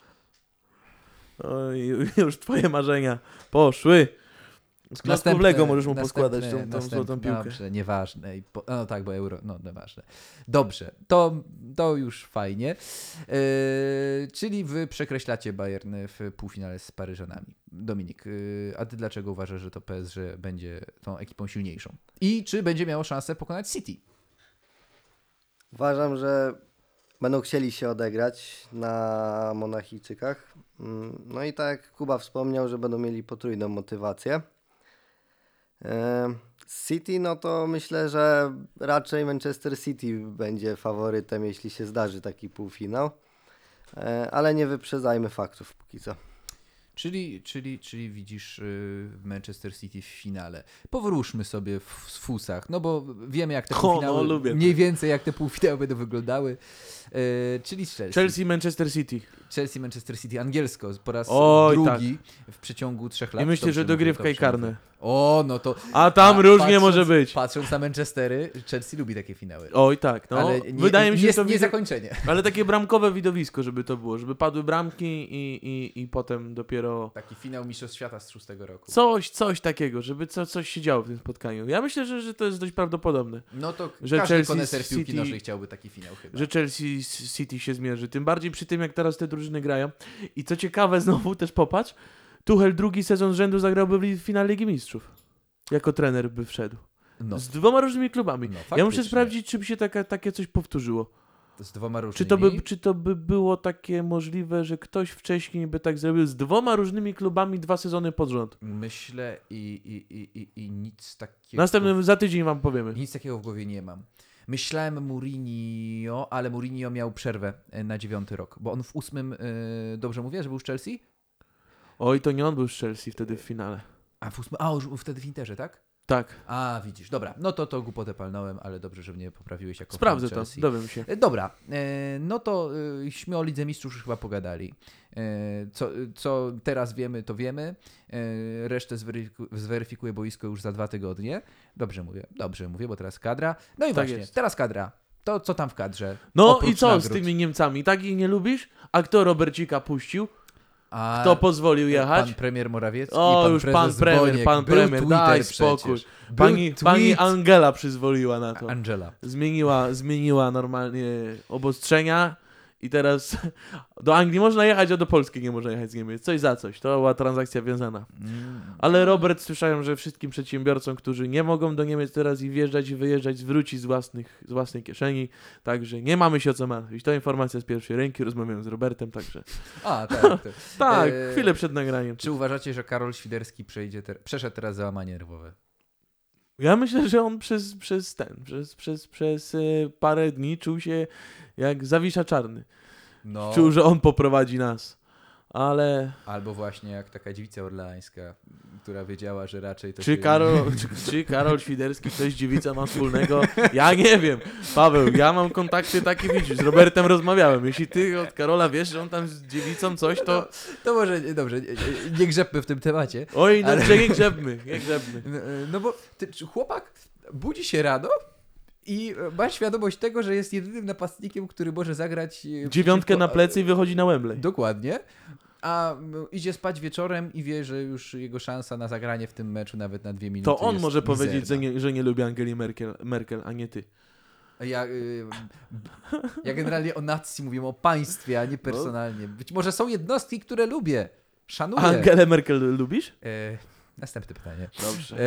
Oj, już twoje marzenia poszły. Z klocków Lego możesz mu poskładać tą złotą piłkę. Dobrze, nieważne. No tak, bo euro, no nieważne. Dobrze, to już fajnie. Czyli wy przekreślacie Bayern w półfinale z Paryżanami. Dominik, a ty dlaczego uważasz, że to PSG będzie tą ekipą silniejszą? I czy będzie miało szansę pokonać City? Uważam, że będą chcieli się odegrać na Monachijczykach. No i tak jak Kuba wspomniał, że będą mieli potrójną motywację. City, no to myślę, że raczej Manchester City będzie faworytem, jeśli się zdarzy taki półfinał. Ale nie wyprzedzajmy faktów póki co. Czyli widzisz Manchester City w finale. Powróżmy sobie w fusach, no bo wiemy jak te półfinały, lubię. mniej więcej jak te półfinały będą wyglądały. Czyli z Chelsea. Chelsea, Manchester City. Chelsea, Manchester City, angielsko po raz Oj, drugi w przeciągu 3 lat. I myślę, że dogrywka i karne. O, no to... A tam różnie może być. Patrząc na Manchestery, Chelsea lubi takie finały. Oj tak, no. Ale Wydaje mi się, że to nie zakończenie. Ale takie bramkowe widowisko, żeby to było, żeby padły bramki i potem dopiero Taki finał Mistrzostw Świata z 6 roku. coś takiego, żeby coś się działo w tym spotkaniu. Ja myślę, że to jest dość prawdopodobne, No to że każdy Chelsea koneser piłki City- nożnej chciałby taki finał chyba. że Chelsea City się zmierzy. Tym bardziej przy tym, jak teraz te drużyny grają. I co ciekawe, znowu też popatrz, Tuchel drugi sezon z rzędu zagrałby w finale Ligi Mistrzów. Jako trener by wszedł. No, Z 2 różnymi klubami. no, Ja muszę faktycznie. sprawdzić, czy by się takie coś powtórzyło. Z 2 różnymi. Czy to by było takie możliwe, że ktoś wcześniej by tak zrobił z 2 różnymi klubami 2 sezony pod rząd? Myślę i nic takiego... Następnym za tydzień wam powiemy. Nic takiego w głowie nie mam. Myślałem Mourinho, ale Mourinho miał przerwę na 9 rok, bo on w 8, dobrze mówię, że był z Chelsea? Oj, to nie on był z Chelsea wtedy w finale. A w 8, już wtedy w Interze, tak? Tak, A, widzisz, dobra, no to głupotę palnąłem, ale dobrze, że mnie poprawiłeś jako sprawdzę fan to, Chelsea. dowiem się. Dobra, no to śmy o Lidze Mistrzów już chyba pogadali. Co teraz wiemy, to wiemy. Resztę zweryfikuje boisko już za 2 tygodnie. Dobrze mówię, bo teraz kadra. No i Tak właśnie, jest. teraz kadra. To co tam w kadrze? No Oprócz i co z nagród. tymi Niemcami? Tak ich nie lubisz? A kto Robercika puścił? A Kto pozwolił jechać? Pan premier Morawiecki, O, pan już prezes pan Boniek, był premier, daj Twitter spokój. przecież. Był Pani tweet. Angela przyzwoliła na to. Angela. Zmieniła normalnie obostrzenia i teraz do Anglii można jechać, a do Polski nie można jechać z Niemiec. Coś za coś. To była transakcja wiązana. Ale Robert, słyszałem, że wszystkim przedsiębiorcom, którzy nie mogą do Niemiec teraz i wjeżdżać i wyjeżdżać, zwróci z własnej kieszeni. Także nie mamy się o co martwić. To informacja z pierwszej ręki. Rozmawiałem z Robertem, także... A, tak. Tak, chwilę przed nagraniem. Czy uważacie, że Karol Świderski przeszedł teraz załamanie nerwowe? Ja myślę, że on przez parę dni czuł się jak Zawisza Czarny. No, Czuł, że on poprowadzi nas. Ale albo właśnie jak taka dziewica orleańska, która wiedziała, że raczej to czy Karol Świderski coś z dziewicą ma wspólnego? Ja nie wiem. Paweł, ja mam kontakty takie, widzisz, z Robertem rozmawiałem. Jeśli ty od Karola wiesz, że on tam z dziewicą coś, to... To może, dobrze, nie grzebmy w tym temacie. Oj, no Ale- nie grzebmy. No bo chłopak budzi się rano I masz świadomość tego, że jest jedynym napastnikiem, który może zagrać... 9 na przeciwko- plecy i wychodzi na Wembley. Dokładnie. A idzie spać wieczorem i wie, że już jego szansa na zagranie w tym meczu nawet na 2 minuty To on jest może mizerna. powiedzieć, że nie lubi Angeli Merkel, a nie ty. Ja generalnie o nacji mówię, o państwie, a nie personalnie. Być może są jednostki, które lubię. Szanuję. A Angelę Merkel lubisz? Następne pytanie. Dobrze.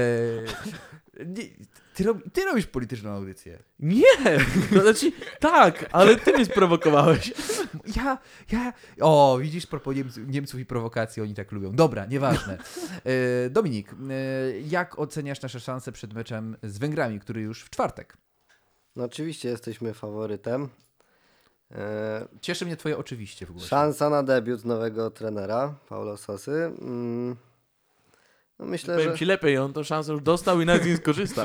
Ty robisz polityczną audycję. Nie! To znaczy, tak, ale ty mnie sprowokowałeś. Widzisz, propos Niemców i prowokacji, oni tak lubią. Dobra, nieważne. Dominik, jak oceniasz nasze szanse przed meczem z Węgrami, który już w czwartek? No oczywiście jesteśmy faworytem. Cieszy mnie twoje oczywiście w głosie. Szansa na debiut nowego trenera, Paulo Sosy. No myślę, Powiem że ci lepiej, on to szansę już dostał i nawet z niej skorzysta.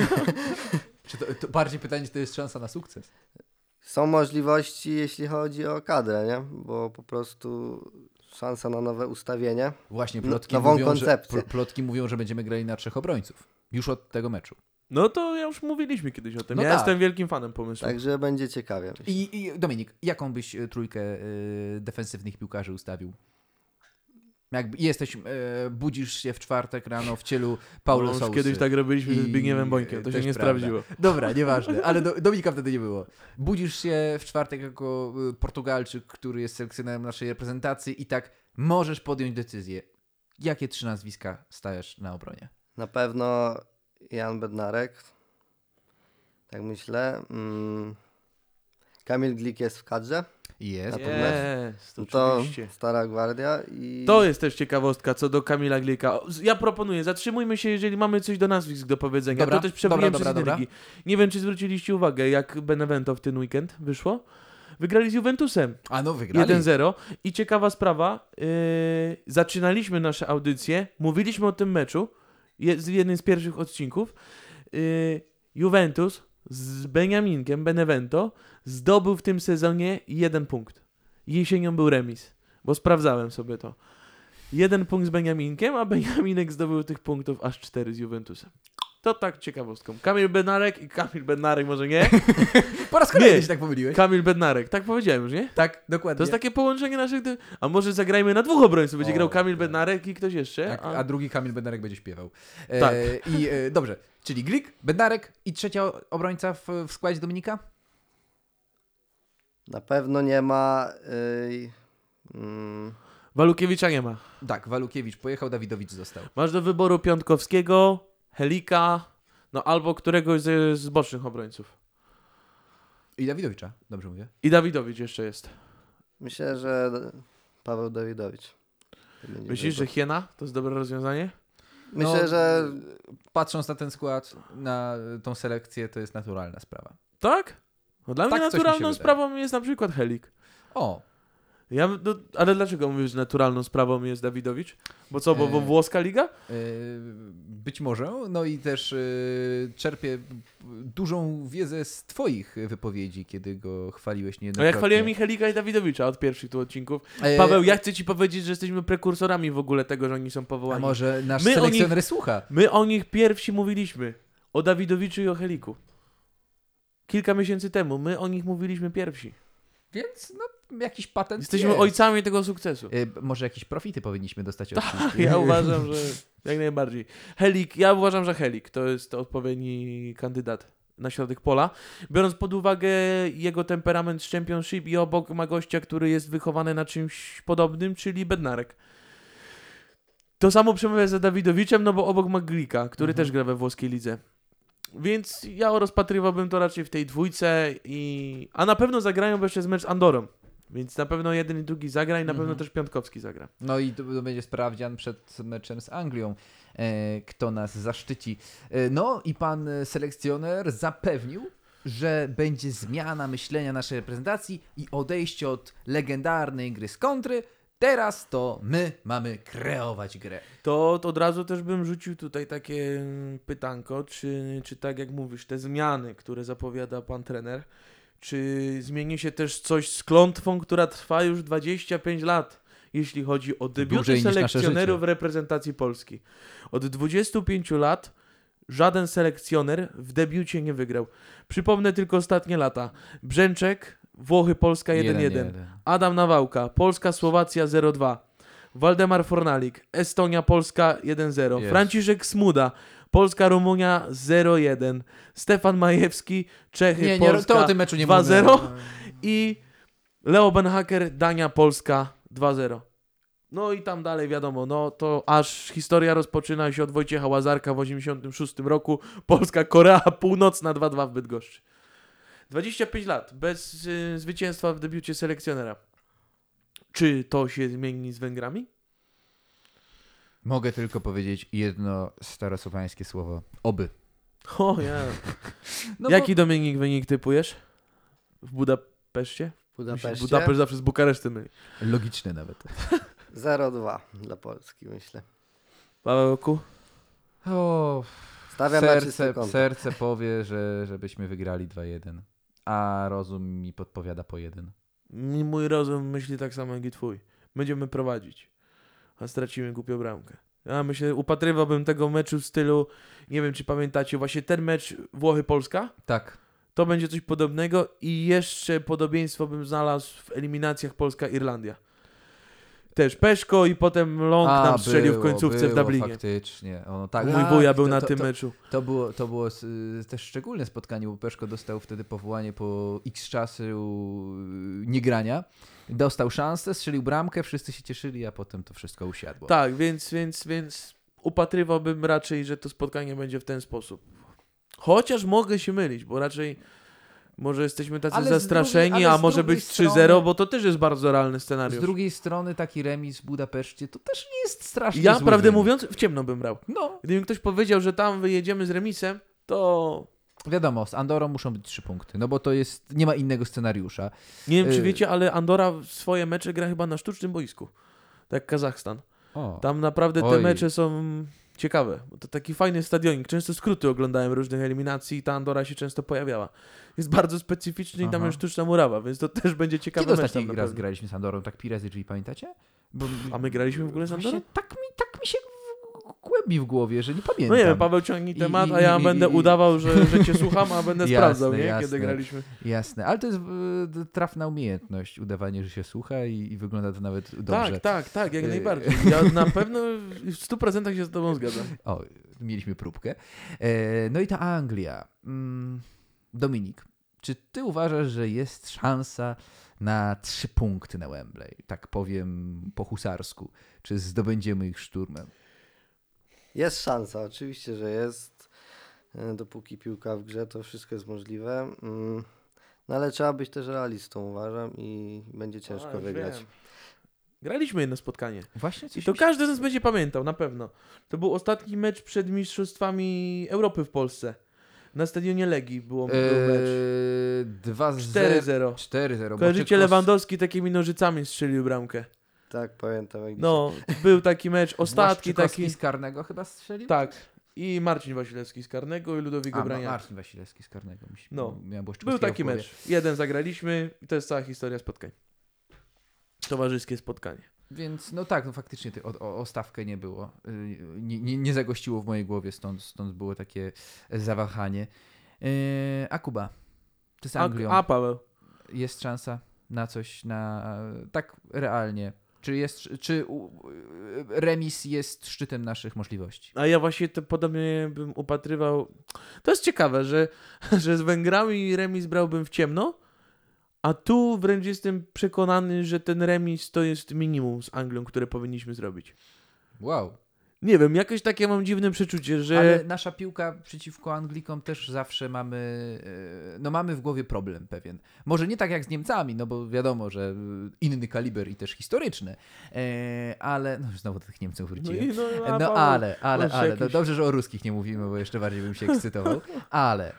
Czy to bardziej pytanie, czy to jest szansa na sukces? są możliwości, jeśli chodzi o kadrę, nie? Bo po prostu szansa na nowe ustawienie. Właśnie, nową koncepcję. plotki mówią, że będziemy grali na 3 obrońców. Już od tego meczu. No to ja już mówiliśmy kiedyś o tym. No Ja tak. jestem wielkim fanem pomysłu. Także będzie ciekawie. I Dominik, jaką byś trójkę defensywnych piłkarzy ustawił? Jakby budzisz się w czwartek rano w cielu Paulo Już Sousy. kiedyś tak robiliśmy ze Zbigniewem Bońkiem, to się też nie prawda. sprawdziło. Dobra, nieważne, ale Dominika wtedy nie było. Budzisz się w czwartek jako Portugalczyk, który jest selekcjonerem naszej reprezentacji i tak możesz podjąć decyzję. Jakie 3 nazwiska stajesz na obronie? Na pewno Jan Bednarek. Tak myślę. Kamil Glik jest w kadrze. Jest. Na ten mecz. Jest, No to oczywiście. stara gwardia. I To jest też ciekawostka co do Kamila Glika. Ja proponuję, zatrzymujmy się, jeżeli mamy coś do nazwisk do powiedzenia. Dobra, To też przebrnąłem dobra, przez dobra. ligi. Nie wiem, czy zwróciliście uwagę, jak Benevento w ten weekend wyszło. Wygrali z Juventusem A no, wygrali. 1-0. I ciekawa sprawa, zaczynaliśmy nasze audycje, mówiliśmy o tym meczu, jest jednym z pierwszych odcinków. Juventus z Beniaminkiem Benevento zdobył w tym sezonie 1 punkt. Jesienią był remis, bo sprawdzałem sobie to. 1 punkt z Beniaminkiem, a Beniaminek zdobył tych punktów aż 4 z Juventusem. To tak ciekawostką. Kamil Bednarek i Kamil Bednarek może nie? Po raz kolejny Nie. się tak pomyliłeś. Kamil Bednarek, tak powiedziałem już, nie? Tak, dokładnie. To jest takie połączenie naszych... A może zagrajmy na 2 obrońców? Będzie O, grał Kamil tak. Bednarek i ktoś jeszcze? Tak, a drugi Kamil Bednarek będzie śpiewał. Tak. Dobrze, czyli Glik, Bednarek i trzecia obrońca w składzie Dominika? na pewno nie ma. Walukiewicza nie ma. Tak, Walukiewicz pojechał, Dawidowicz został. Masz do wyboru Piątkowskiego, Helika, no albo któregoś z bocznych obrońców. I Dawidowicza, dobrze mówię. I Dawidowicz jeszcze jest. Myślę, że Paweł Dawidowicz. Będzie Myślisz, że wybór. Hiena to jest dobre rozwiązanie? Myślę, No, że Patrząc na ten skład, na tą selekcję, to jest naturalna sprawa. Tak? No dla Tak, mnie coś mi się naturalną wydaje. sprawą jest na przykład Helik. O, Ale dlaczego mówisz, że naturalną sprawą jest Dawidowicz? Bo co, bo włoska liga? być może. No i też czerpię dużą wiedzę z twoich wypowiedzi, kiedy go chwaliłeś No niejednokrotnie. ja chwaliłem i Helika i Dawidowicza od pierwszych tu odcinków. Paweł, ja chcę ci powiedzieć, że jesteśmy prekursorami w ogóle tego, że oni są A powołani. może nasz My o selekcjoner słucha? My o nich pierwsi mówiliśmy. O Dawidowiczu i o Heliku. Kilka miesięcy temu. My o nich mówiliśmy pierwsi. Więc jakiś patent Jesteśmy jest. ojcami tego sukcesu. Może jakieś profity powinniśmy dostać od Tak, ja uważam, że jak najbardziej. Helik, ja uważam, że Helik to jest odpowiedni kandydat na środek pola. Biorąc pod uwagę jego temperament z Championship i obok ma gościa, który jest wychowany na czymś podobnym, czyli Bednarek. To samo przemawia za Dawidowiczem, no bo obok ma Glika, który też gra we włoskiej lidze. Więc ja rozpatrywałbym to raczej w tej dwójce a na pewno zagrają jeszcze z mecz z Andorą. Więc na pewno jeden i drugi zagra i na pewno też Piątkowski zagra. No i to będzie sprawdzian przed meczem z Anglią, kto nas zaszczyci. No i pan selekcjoner zapewnił, że będzie zmiana myślenia naszej reprezentacji i odejście od legendarnej gry z kontry. Teraz to my mamy kreować grę. To od razu też bym rzucił tutaj takie pytanko, czy tak jak mówisz, te zmiany, które zapowiada pan trener, czy zmieni się też coś z klątwą, która trwa już 25 lat, jeśli chodzi o debiuty Dłużej niż nasze selekcjonerów życie. reprezentacji Polski. Od 25 lat żaden selekcjoner w debiucie nie wygrał. Przypomnę tylko ostatnie lata. Brzęczek, Włochy, Polska 1-1. Adam Nawałka, Polska, Słowacja 0-2. Waldemar Fornalik, Estonia, Polska 1-0. Jest. Franciszek Smuda, Polska, Rumunia 0-1. Stefan Majewski, Czechy, Polska to o tym meczu nie 2-0. mówię. I Leo Benhaker, Dania, Polska 2-0. No i tam dalej wiadomo, no to aż historia rozpoczyna się od Wojciecha Łazarka w 1986 roku. Polska, Korea Północna 2-2 w Bydgoszczy. 25 lat bez zwycięstwa w debiucie selekcjonera. Czy to się zmieni z Węgrami? Mogę tylko powiedzieć jedno starosłowiańskie słowo. Oby. O ja. No Jaki Dominik wynik typujesz? W Budapeszcie? W Budapeszcie Budapeszt zawsze z Bukaresztem myli. Logiczne nawet. 0-2 dla Polski, myślę. Pawełku? O, Stawiam na czyste konto. serce powie, żebyśmy wygrali 2-1. A rozum mi podpowiada po 1. Mój rozum myśli tak samo jak i twój. Będziemy prowadzić, a stracimy głupią bramkę. Ja myślę, upatrywałbym tego meczu w stylu, nie wiem czy pamiętacie, właśnie ten mecz Włochy-Polska, Tak. to będzie coś podobnego i jeszcze podobieństwo bym znalazł w eliminacjach Polska-Irlandia. Też Peszko i potem Long nam strzelił w końcówce w Dublinie. Faktycznie. Tak, Mój wuja był na tym meczu. To było też szczególne spotkanie, bo Peszko dostał wtedy powołanie po x czasu niegrania. Dostał szansę, strzelił bramkę, wszyscy się cieszyli, a potem to wszystko usiadło. Tak, więc upatrywałbym raczej, że to spotkanie będzie w ten sposób. Chociaż mogę się mylić, bo raczej może jesteśmy tacy Ale zastraszeni, a może być 3-0, bo to też jest bardzo realny scenariusz. Z drugiej strony taki remis w Budapeszcie to też nie jest strasznie Ja, zły prawdę wynik. mówiąc, w ciemno bym brał. No, Gdyby mi ktoś powiedział, że tam wyjedziemy z remisem, to wiadomo, z Andorą muszą być 3 punkty, no bo to jest, nie ma innego scenariusza. nie wiem, czy wiecie, ale Andora swoje mecze gra chyba na sztucznym boisku. Tak jak Kazachstan. O. Tam naprawdę te Oj. mecze są ciekawe. Bo to taki fajny stadionik. Często skróty oglądałem różnych eliminacji i ta Andora się często pojawiała. Jest bardzo specyficzny i tam Aha. jest sztuczna murawa, więc to też będzie ciekawy Kiedy mecz. ostatni tam raz naprawdę. graliśmy z Andorą, tak Pirazy, czyli pamiętacie? Bo, A my graliśmy w ogóle z Andorą? właśnie tak mi się kłębi w głowie, że nie pamiętam. No nie wiem, Paweł ciągnij temat, a I- ja i- będę i- udawał, że cię słucham, a będę Jasne, sprawdzał, nie? jasne. Kiedy graliśmy. Jasne, ale to jest trafna umiejętność, udawanie, że się słucha i wygląda to nawet dobrze. Tak, jak Y- najbardziej. Ja na pewno w 100% się z tobą zgadzam. O, mieliśmy próbkę. No i ta Anglia. Dominik, czy ty uważasz, że jest szansa na 3 punkty na Wembley? Tak powiem po husarsku. Czy zdobędziemy ich szturmem? Jest szansa, oczywiście, że jest. Dopóki piłka w grze, to wszystko jest możliwe. No ale trzeba być też realistą, uważam, i będzie ciężko A, już wygrać. wiem. Graliśmy jedno spotkanie. Właśnie I coś to mi się- każdy z nas będzie pamiętał, na pewno. To był ostatni mecz przed Mistrzostwami Europy w Polsce. Na stadionie Legii był mecz. 2-0. 4-0. 4-0. Kojarzycie, Lewandowski takimi nożycami strzelił bramkę. Tak, pamiętam jak No, był taki mecz, ostatni taki. z karnego chyba strzelił? Tak. I Marcin Wasilewski z karnego i Ludowik Obraniak. Marcin Wasilewski z karnego. No. Miałem Był Błaszczykowskiego taki w głowie. mecz. Jeden zagraliśmy i to jest cała historia spotkań. Towarzyskie spotkanie. Więc no tak, no faktycznie o stawkę nie było. Nie zagościło w mojej głowie, stąd było takie zawahanie. A Kuba? Ty z Anglią. A Paweł? Jest szansa na coś, tak realnie. Czy remis jest szczytem naszych możliwości? A ja właśnie to podobnie bym upatrywał. To jest ciekawe, że z Węgrami remis brałbym w ciemno, a tu wręcz jestem przekonany, że ten remis to jest minimum z Anglią, które powinniśmy zrobić. Wow. Nie wiem, jakoś takie mam dziwne przeczucie, że... Ale nasza piłka przeciwko Anglikom też zawsze mamy w głowie problem pewien. Może nie tak jak z Niemcami, no bo wiadomo, że inny kaliber i też historyczny, ale no znowu do tych Niemców wróciłem. Ale dobrze, że o ruskich nie mówimy, bo jeszcze bardziej bym się ekscytował. Ale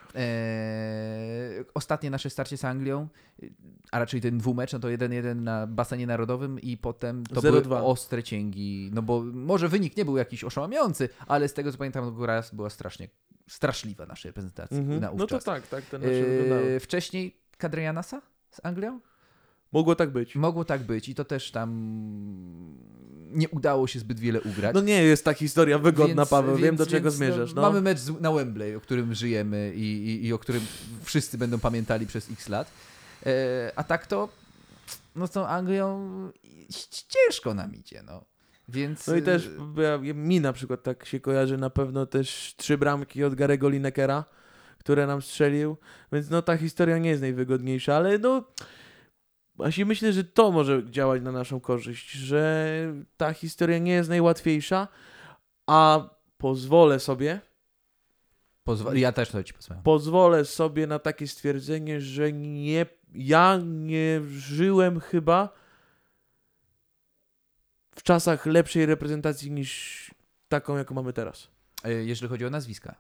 ostatnie nasze starcie z Anglią, a raczej ten dwumecz, no to 1-1 na basenie narodowym i potem to 0-2. były ostre cięgi. No bo może wynik nie był jakiś oszałamiający, ale z tego co pamiętam, gra była straszliwa naszej reprezentacji na No to ówczas. tak, ten nasze wyglądały. Wcześniej Kadrianasa z Anglią? Mogło tak być. Mogło tak być i to też tam nie udało się zbyt wiele ugrać. No nie jest ta historia wygodna, Więc- Paweł, wiem do czego więc, zmierzasz. No. Mamy mecz na Wembley, o którym żyjemy i o którym wszyscy będą pamiętali przez x lat. A tak to no z tą Anglią ciężko nam idzie, no. Więc, No i też mi na przykład tak się kojarzy na pewno też 3 bramki od Garego Linekera, które nam strzelił, więc no ta historia nie jest najwygodniejsza, ale no właśnie myślę, że to może działać na naszą korzyść, że ta historia nie jest najłatwiejsza, a pozwolę sobie ja też to ci pozwolę. pozwolę sobie na takie stwierdzenie, że ja nie żyłem chyba w czasach lepszej reprezentacji niż taką, jaką mamy teraz. Jeżeli chodzi o nazwiska.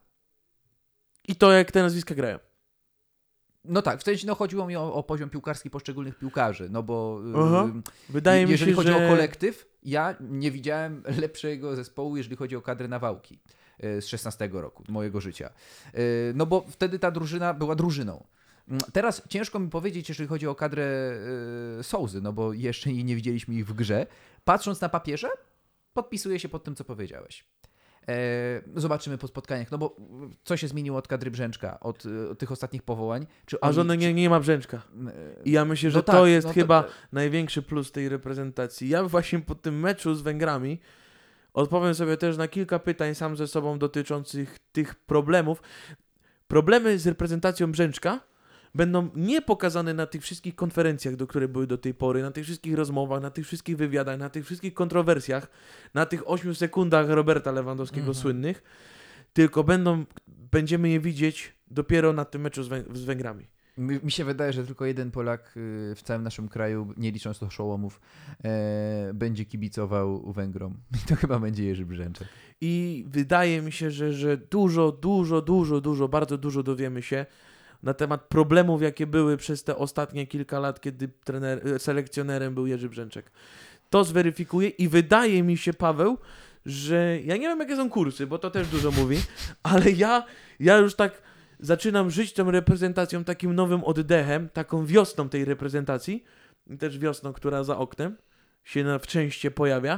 I to, jak te nazwiska grają. No tak, w sensie no, chodziło mi o poziom piłkarski poszczególnych piłkarzy, no bo Aha. Wydaje mi jeżeli się, chodzi że... o kolektyw, ja nie widziałem lepszego zespołu, jeżeli chodzi o kadrę Nawałki z 16 roku mojego życia. No bo wtedy ta drużyna była drużyną. Teraz ciężko mi powiedzieć, jeżeli chodzi o kadrę Sołzy, no bo jeszcze nie widzieliśmy ich w grze. Patrząc na papierze, podpisuję się pod tym, co powiedziałeś. Zobaczymy po spotkaniach, no bo co się zmieniło od kadry Brzęczka, od tych ostatnich powołań? Czy A żona nie ma Brzęczka. I ja myślę, że no to tak, jest no to- chyba największy plus tej reprezentacji. Ja właśnie po tym meczu z Węgrami odpowiem sobie też na kilka pytań sam ze sobą dotyczących tych problemów. Problemy z reprezentacją Brzęczka będą nie pokazane na tych wszystkich konferencjach, które były do tej pory, na tych wszystkich rozmowach, na tych wszystkich wywiadach, na tych wszystkich kontrowersjach, na tych 8 sekundach Roberta Lewandowskiego słynnych, tylko będziemy je widzieć dopiero na tym meczu z Węgrami. Mi się wydaje, że tylko jeden Polak w całym naszym kraju, nie licząc to Szołomów, będzie kibicował Węgrom. I to chyba będzie Jerzy Brzęczek. I wydaje mi się, że bardzo dużo dowiemy się na temat problemów, jakie były przez te ostatnie kilka lat, kiedy selekcjonerem był Jerzy Brzęczek. To zweryfikuję i wydaje mi się, Paweł, że ja nie wiem, jakie są kursy, bo to też dużo mówi, ale ja już tak zaczynam żyć tą reprezentacją takim nowym oddechem, taką wiosną tej reprezentacji, i też wiosną, która za oknem się w części pojawia.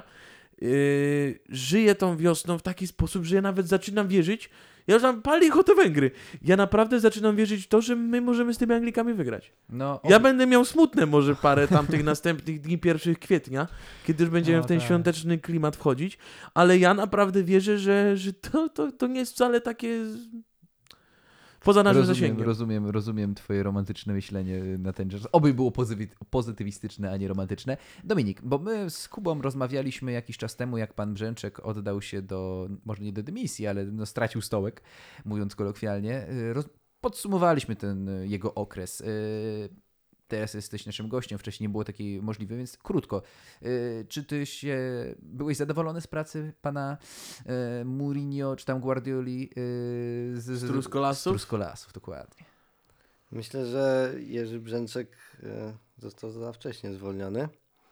Żyję tą wiosną w taki sposób, że ja nawet zaczynam wierzyć, ja już mam pali ochotę Węgry. Ja naprawdę zaczynam wierzyć w to, że my możemy z tymi Anglikami wygrać. No, Ja będę miał smutne może parę tamtych następnych dni 1 kwietnia, kiedy już będziemy No w ten tak. świąteczny klimat wchodzić, ale ja naprawdę wierzę, że to nie jest wcale takie poza naszym zasięgiem. Rozumiem twoje romantyczne myślenie na ten czas. Oby było pozytywistyczne, a nie romantyczne. Dominik, bo my z Kubą rozmawialiśmy jakiś czas temu, jak pan Brzęczek oddał się może nie do dymisji, ale no, stracił stołek, mówiąc kolokwialnie. Podsumowaliśmy ten jego okres. Teraz jesteś naszym gościem, wcześniej nie było takiej możliwej, więc krótko. Czy ty byłeś zadowolony z pracy pana Mourinho, czy tam Guardioli Z Truskolasów? Z Truskolasów, dokładnie. Myślę, że Jerzy Brzęczek został za wcześnie zwolniony.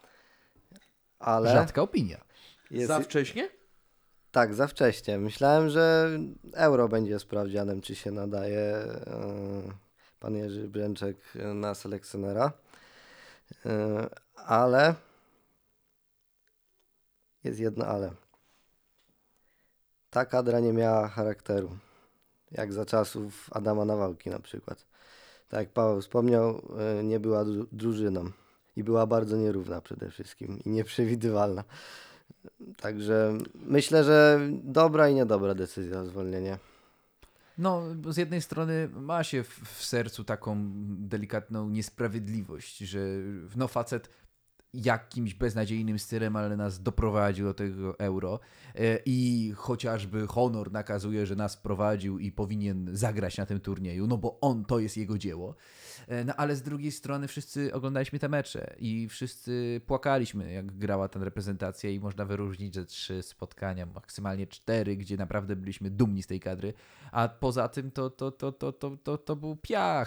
Ale Rzadka opinia. Za wcześnie? Tak, za wcześnie. Myślałem, że Euro będzie sprawdzianem, czy się nadaje pan Jerzy Brzęczek na selekcjonera. Ale jest jedno ale. Ta kadra nie miała charakteru. Jak za czasów Adama Nawałki na przykład. Tak jak Paweł wspomniał, nie była drużyną. I była bardzo nierówna przede wszystkim. I nieprzewidywalna. Także myślę, że dobra i niedobra decyzja o zwolnienie. No, z jednej strony ma się w sercu taką delikatną niesprawiedliwość, że no facet jakimś beznadziejnym stylem, ale nas doprowadził do tego Euro i chociażby honor nakazuje, że nas prowadził i powinien zagrać na tym turnieju, no bo to jest jego dzieło. No ale z drugiej strony wszyscy oglądaliśmy te mecze i wszyscy płakaliśmy, jak grała ta reprezentacja i można wyróżnić, że 3 spotkania, maksymalnie 4, gdzie naprawdę byliśmy dumni z tej kadry, a poza tym to był piach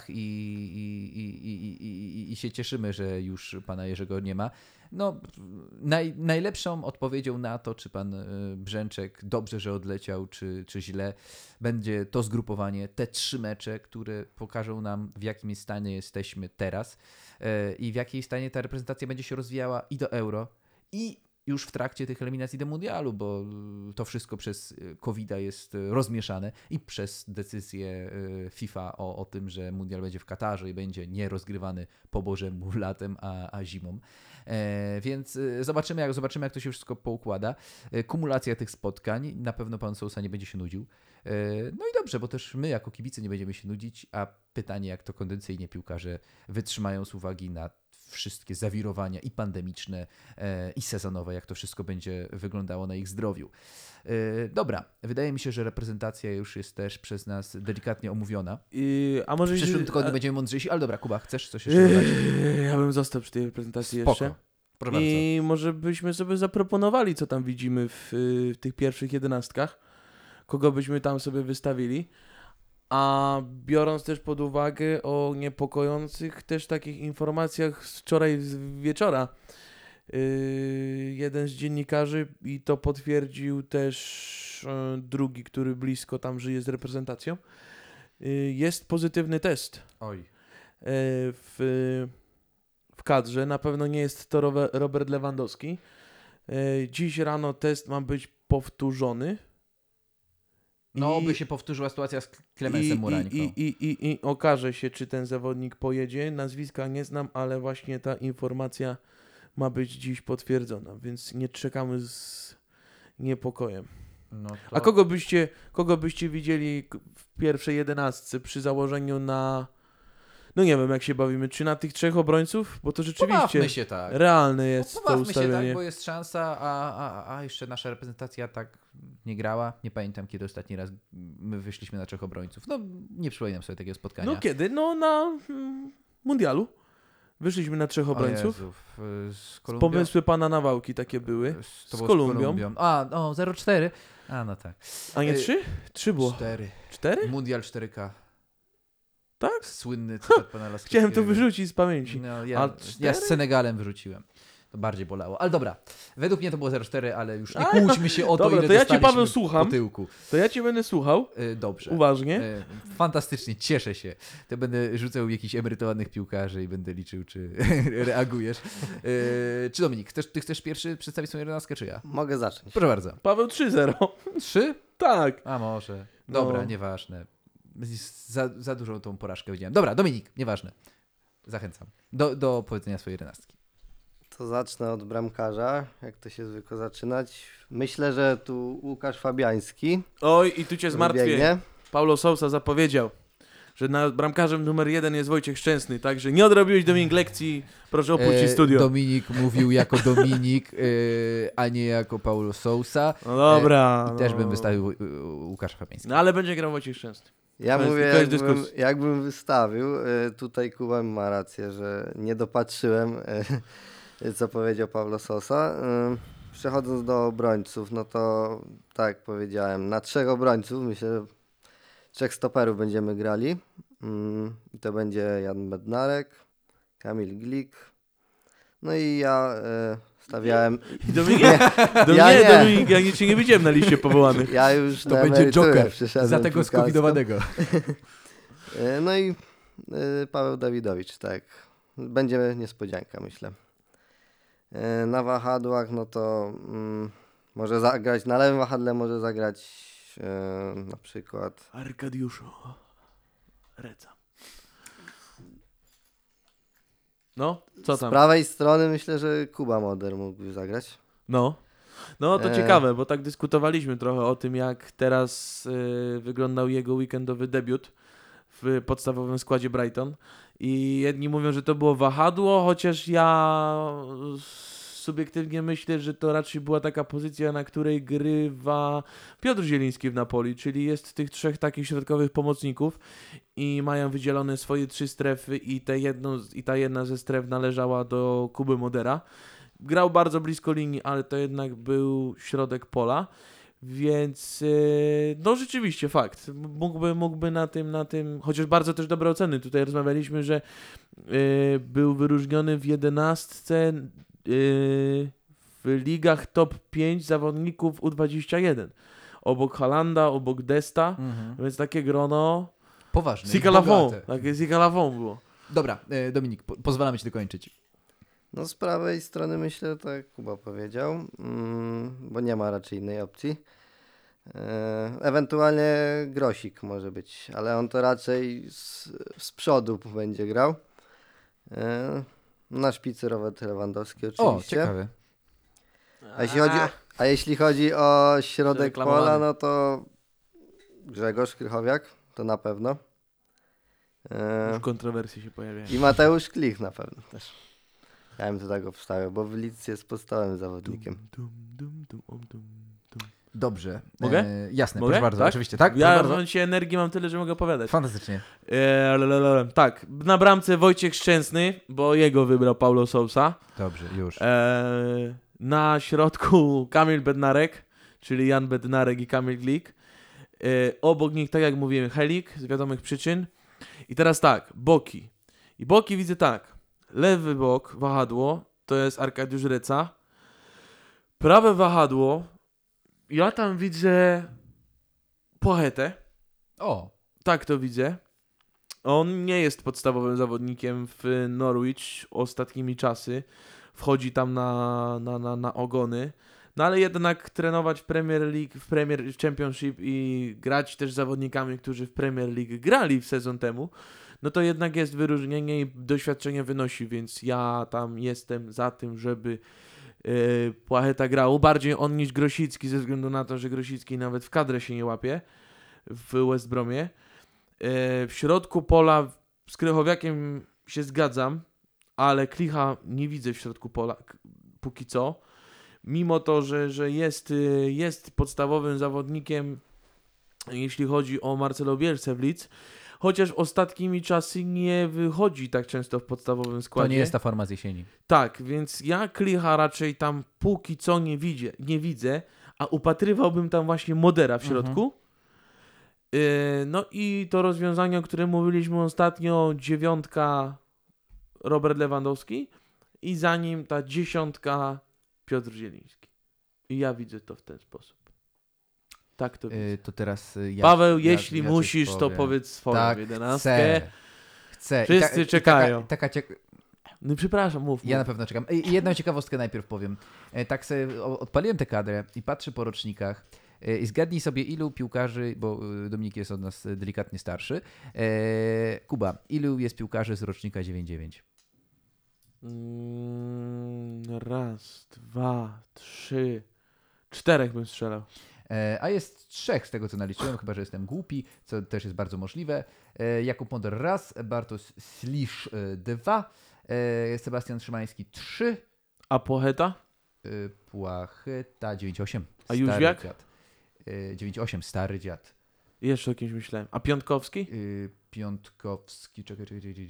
i się cieszymy, że już pana Jerzego nie ma. No, najlepszą odpowiedzią na to, czy pan Brzęczek dobrze, że odleciał, czy źle, będzie to zgrupowanie, te 3 mecze, które pokażą nam, w jakim stanie jesteśmy teraz i w jakiej stanie ta reprezentacja będzie się rozwijała i do Euro, i już w trakcie tych eliminacji do mundialu, bo to wszystko przez COVID-a jest rozmieszane i przez decyzję FIFA o tym, że mundial będzie w Katarze i będzie nie rozgrywany po Bożemu latem, a zimą. Więc zobaczymy, jak to się wszystko poukłada. Kumulacja tych spotkań, na pewno pan Sousa nie będzie się nudził. No i dobrze, bo też my jako kibice nie będziemy się nudzić, a pytanie, jak to kondycyjnie piłkarze wytrzymają z uwagi na wszystkie zawirowania i pandemiczne, i sezonowe, jak to wszystko będzie wyglądało na ich zdrowiu. Dobra, wydaje mi się, że reprezentacja już jest też przez nas delikatnie omówiona. A może W przyszłym tygodniu będziemy mądrzejsi, ale dobra, Kuba, chcesz coś jeszcze dodać? Ja bym został przy tej reprezentacji Spoko. jeszcze. Proszę I może byśmy sobie zaproponowali, co tam widzimy w tych pierwszych 11, kogo byśmy tam sobie wystawili. A biorąc też pod uwagę o niepokojących też takich informacjach z wczoraj wieczora, jeden z dziennikarzy, i to potwierdził też drugi, który blisko tam żyje z reprezentacją, jest pozytywny test Oj. w kadrze. Na pewno nie jest to Robert Lewandowski. Dziś rano test ma być powtórzony. No, by się powtórzyła sytuacja z Clemensem Murańką. I okaże się, czy ten zawodnik pojedzie. Nazwiska nie znam, ale właśnie ta informacja ma być dziś potwierdzona, więc nie czekamy z niepokojem. No to... A kogo byście widzieli w pierwszej 11 przy założeniu na... No nie wiem, jak się bawimy, czy na tych 3 obrońców? Bo to rzeczywiście Pobawmy się tak. realne jest to Pobawmy się ustawienie. tak, bo jest szansa, a jeszcze nasza reprezentacja tak nie grała. Nie pamiętam, kiedy ostatni raz my wyszliśmy na 3 obrońców. No, nie przypominam sobie takiego spotkania. No kiedy? No na mundialu. Wyszliśmy na 3 obrońców. Z Pomysły pana Nawałki takie były. To Z było Kolumbią. A, 0-4. A, no tak. A nie 3? 3 było. 4. 4? Mundial 4K. Tak? Słynny cytat pana Laskiego. Chciałem to wyrzucić z pamięci. No, A ja 4? z Senegalem wyrzuciłem. To bardziej bolało. Ale dobra, według mnie to było 0-4, ale już nie kłóćmy się o to, dobra, ile to ja cię, dostaliśmy Paweł, słucham. po tyłku. To ja cię będę słuchał. Dobrze. Uważnie. Fantastycznie, cieszę się. To będę rzucał jakichś emerytowanych piłkarzy i będę liczył, czy reagujesz. Czy Dominik, ty chcesz pierwszy przedstawić swoją 11, czy ja? Mogę zacząć. Proszę bardzo. Paweł 3-0. 3? Tak. A może. Dobra, No. Nieważne. Za dużą tą porażkę widziałem. Dobra, Dominik, nieważne. Zachęcam. Do powiedzenia swojej 11. To zacznę od bramkarza, jak to się zwykło zaczynać. Myślę, że tu Łukasz Fabiański Oj, i tu cię zmartwię. wybiegnie. Paulo Sousa zapowiedział, że bramkarzem numer 1 jest Wojciech Szczęsny, także nie odrobiłeś Dominik lekcji, proszę opuścić studio. Dominik mówił jako Dominik, a nie jako Paulo Sousa. No dobra. I też bym wystawił Łukasza Fabiańskiego. No ale będzie grał Wojciech Szczęsny. Ja To jest- mówię, to jest jakbym, dyskusja. jakbym wystawił, tutaj Kuba ma rację, że nie dopatrzyłem, co powiedział Paulo Sousa. Przechodząc do obrońców, no to tak jak powiedziałem, na 3 obrońców, myślę, że 3 stoperów będziemy grali. I to będzie Jan Bednarek, Kamil Glik, no i ja stawiałem... Dominik, nie. Dominik, ja cię nie widziałem na liście powołanych. Ja już To na będzie emeryturę Joker przyszedłem za tego piłkarską. skowidowanego. No i Paweł Dawidowicz, tak. Będzie niespodzianka, myślę. Na wahadłach, no to może zagrać, na lewym wahadle może zagrać na przykład... Arkadiuszu. Reca. No, co Z tam? prawej strony myślę, że Kuba Moder mógłby zagrać. No to ciekawe, bo tak dyskutowaliśmy trochę o tym, jak teraz wyglądał jego weekendowy debiut w podstawowym składzie Brighton. I jedni mówią, że to było wahadło, chociaż ja subiektywnie myślę, że to raczej była taka pozycja, na której grywa Piotr Zieliński w Napoli, czyli jest tych 3 takich środkowych pomocników i mają wydzielone swoje 3 strefy i ta jedna ze stref należała do Kuby Modera. Grał bardzo blisko linii, ale to jednak był środek pola, więc no rzeczywiście fakt. Mógłby na tym, chociaż bardzo też dobre oceny. Tutaj rozmawialiśmy, że był wyróżniony w 11 w ligach top 5 zawodników U21. Obok Halanda, obok Desta, więc takie grono Poważne. Sika Lafon, bogate. takie Sika Lafon było. Dobra, Dominik, pozwalamy ci dokończyć. No z prawej strony myślę, tak jak Kuba powiedział, bo nie ma raczej innej opcji. Ewentualnie Grosik może być, ale on to raczej z przodu będzie grał. Na szpicy Robert Lewandowski oczywiście. O, ciekawe. A jeśli chodzi o środek Reklamowany. pola, no to Grzegorz Krychowiak, to na pewno. Już kontrowersje się pojawiają. I Mateusz Klich na pewno też. Ja bym to tak obstawiał, bo Leeds jest podstawowym zawodnikiem. Dobrze. Mogę? Jasne, Mogę? proszę bardzo, Tak? oczywiście. Tak, Ja proszę bardzo. dzisiaj energii mam tyle, że mogę opowiadać. Fantastycznie. Tak, na bramce Wojciech Szczęsny, bo jego wybrał Paulo Sousa. Dobrze, już. Na środku Kamil Bednarek, czyli Jan Bednarek i Kamil Glik. Obok nich, tak jak mówiłem, Helik z wiadomych przyczyn. I teraz tak, boki. I boki widzę tak. Lewy bok, wahadło, to jest Arkadiusz Reca. Prawe wahadło, ja tam widzę Płachetę. O, Tak to widzę. On nie jest podstawowym zawodnikiem w Norwich ostatnimi czasy. Wchodzi tam na ogony. No ale jednak trenować w Premier League, w Championship i grać też z zawodnikami, którzy w Premier League grali w sezon temu, no to jednak jest wyróżnienie i doświadczenie wynosi, więc ja tam jestem za tym, żeby Płacheta grał bardziej on niż Grosicki, ze względu na to, że Grosicki nawet w kadrę się nie łapie w West Bromie. W środku pola z Krychowiakiem się zgadzam, ale Klicha nie widzę w środku pola póki co. Mimo to, że jest podstawowym zawodnikiem, jeśli chodzi o Marcelo Bielsa w Leeds, chociaż ostatnimi czasy nie wychodzi tak często w podstawowym składzie. to nie jest ta forma z jesieni. Tak, więc ja Klicha raczej tam póki co nie widzę, a upatrywałbym tam właśnie Modera w środku. No i to rozwiązanie, o którym mówiliśmy ostatnio, 9 Robert Lewandowski i za nim ta 10 Piotr Zieliński. I ja widzę to w ten sposób. Tak to widzę. To teraz Paweł, jeśli coś musisz, to powiem. powiedz swoją Tak, 11. Chcę. Wszyscy czekają. Taka No przepraszam, mów. Ja na pewno czekam. I jedną ciekawostkę najpierw powiem. Tak sobie odpaliłem tę kadrę i patrzę po rocznikach. I zgadnij sobie, ilu piłkarzy, bo Dominik jest od nas delikatnie starszy. Kuba, ilu jest piłkarzy z rocznika 99? Raz, 2, 3, 4 bym strzelał. A jest 3 z tego, co naliczyłem, chyba że jestem głupi, co też jest bardzo możliwe. Jakub Moder raz, Bartosz Slisz 2, Sebastian Szymański 3, A Płacheta? Płacheta 98. A Jóźwiak? Dziad. 98, stary dziad. Jeszcze o kimś myślałem. A Piątkowski? Piątkowski, czekaj.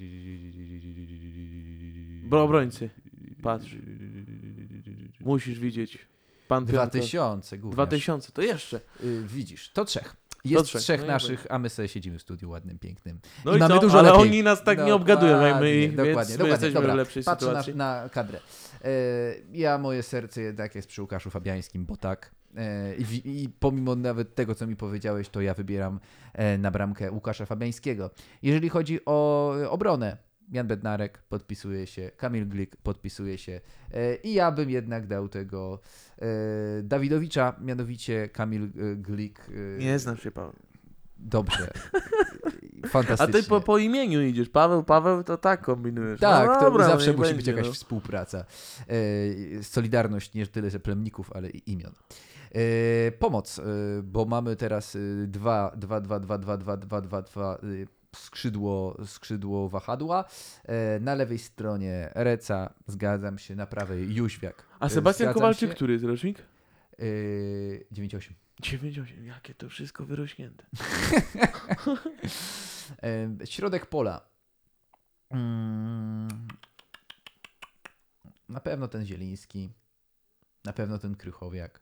Obrońcy. Patrz. Musisz widzieć. Pan 2000, gówniarz. 2000, to jeszcze. Widzisz, to 3. Jest trzech, 3 no i naszych, a my sobie siedzimy w studiu ładnym, pięknym. No I mamy co? dużo ale lepiej. oni nas tak nie obgadują jak my ich, Dokładnie, więc my jesteśmy Dobra, w lepszej patrzę sytuacji. na kadrę. Moje serce jednak jest przy Łukaszu Fabiańskim, bo tak. I pomimo nawet tego, co mi powiedziałeś, to ja wybieram na bramkę Łukasza Fabiańskiego. Jeżeli chodzi o obronę, Jan Bednarek podpisuje się, Kamil Glik podpisuje się i ja bym jednak dał tego Dawidowicza, mianowicie Kamil Glik. Nie znam się, Paweł. Dobrze. A Fantastycznie. ty po imieniu idziesz. Paweł, to tak kombinujesz. Tak, no to dobra, zawsze niech musi będzie, być jakaś no. współpraca. Solidarność nie tyle że plemników, ale i imion. Pomoc, bo mamy teraz 2 skrzydło wahadła. Na lewej stronie Reca, zgadzam się, na prawej Jóźwiak. A Sebastian Zgadzam Kowalczyk, się. który jest rocznik? 98. 98, jakie to wszystko wyrośnięte. Środek pola. Na pewno ten Zieliński. Na pewno ten Krychowiak.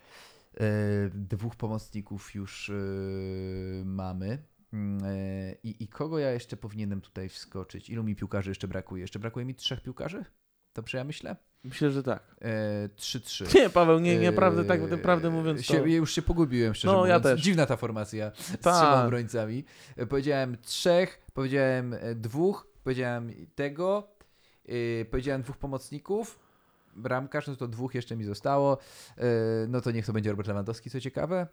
2 pomocników już mamy. I kogo ja jeszcze powinienem tutaj wskoczyć? Ilu mi piłkarzy jeszcze brakuje? Jeszcze brakuje mi 3 piłkarzy? Dobrze ja myślę? Myślę, że tak. 3-3. Nie, Paweł, nie, prawdę, tak prawdę mówiąc to... Już się pogubiłem, szczerze No, mówiąc. ja też. Dziwna ta formacja z Tak. 3 obrońcami. Powiedziałem 3, powiedziałem 2, powiedziałem tego Powiedziałem 2 pomocników, bramkarz, no to 2 jeszcze mi zostało. No to niech to będzie Robert Lewandowski, co ciekawe.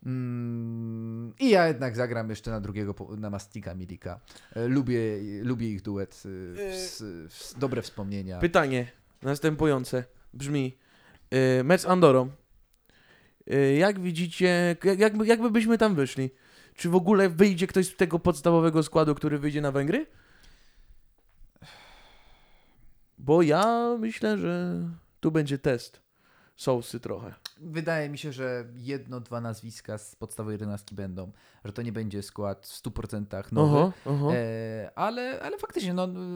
I ja jednak zagram jeszcze na drugiego, na Mastika Milika. Lubię ich duet. Dobre wspomnienia. Pytanie następujące brzmi, mecz z Andorą. Jak widzicie, jakby byśmy tam wyszli? Czy w ogóle wyjdzie ktoś z tego podstawowego składu, który wyjdzie na Węgry? Bo ja myślę, że tu będzie test Sousy trochę. Wydaje mi się, że 1-2 nazwiska z podstawowej 11 będą, że to nie będzie skład w 100% nowy, ale faktycznie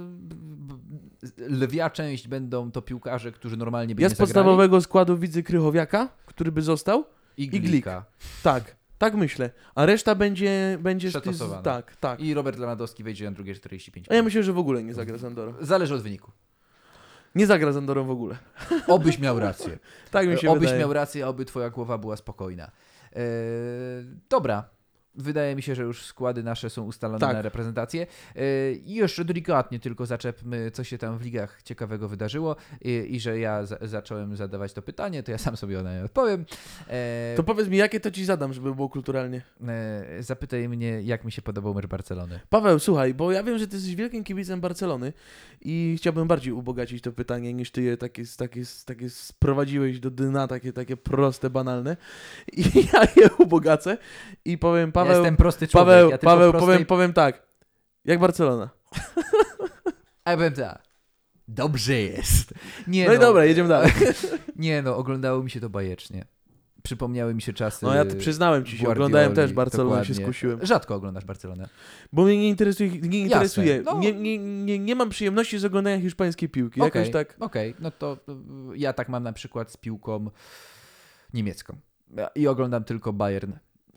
lwia część będą to piłkarze, którzy normalnie by Ja nie z zagrali. podstawowego składu widzę Krychowiaka, który by został. I Glika. Glika. Tak myślę. A reszta będzie Przetasowana. Tak. I Robert Lewandowski wejdzie na drugie 45. A ja myślę, że w ogóle nie zagra z Andorą. Zależy od wyniku. Nie zagra z Andorą w ogóle. Obyś miał rację. Tak mi się Obyś wydaje. miał rację, oby twoja głowa była spokojna. Dobra. Wydaje mi się, że już składy nasze są ustalone Tak. na reprezentację. I jeszcze delikatnie tylko zaczepmy, co się tam w ligach ciekawego wydarzyło i że ja zacząłem zadawać to pytanie, to ja sam sobie na nie odpowiem. To powiedz mi, jakie to ci zadam, żeby było kulturalnie. Zapytaj mnie, jak mi się podobał mecz Barcelony. Paweł, słuchaj, bo ja wiem, że ty jesteś wielkim kibicem Barcelony i chciałbym bardziej ubogacić to pytanie, niż ty je takie sprowadziłeś do dna, takie proste, banalne. I ja je ubogacę i powiem, Paweł, Ja jestem prosty człowiek. Ja tylko Paweł, prostej... powiem tak, jak Barcelona. A ja powiem tak. Dobrze jest. Nie No i dobra, jedziemy dalej. Nie no, oglądało mi się to bajecznie. Przypomniały mi się czasy. No ja przyznałem ci się, Guardioli, oglądałem też Barcelonę, dokładnie. się skusiłem. Rzadko oglądasz Barcelonę. Bo mnie nie interesuje. No. Nie mam przyjemności z oglądania hiszpańskiej piłki. Okej, Jakoś tak. Okej, no to ja tak mam na przykład z piłką niemiecką. I oglądam tylko Bayern.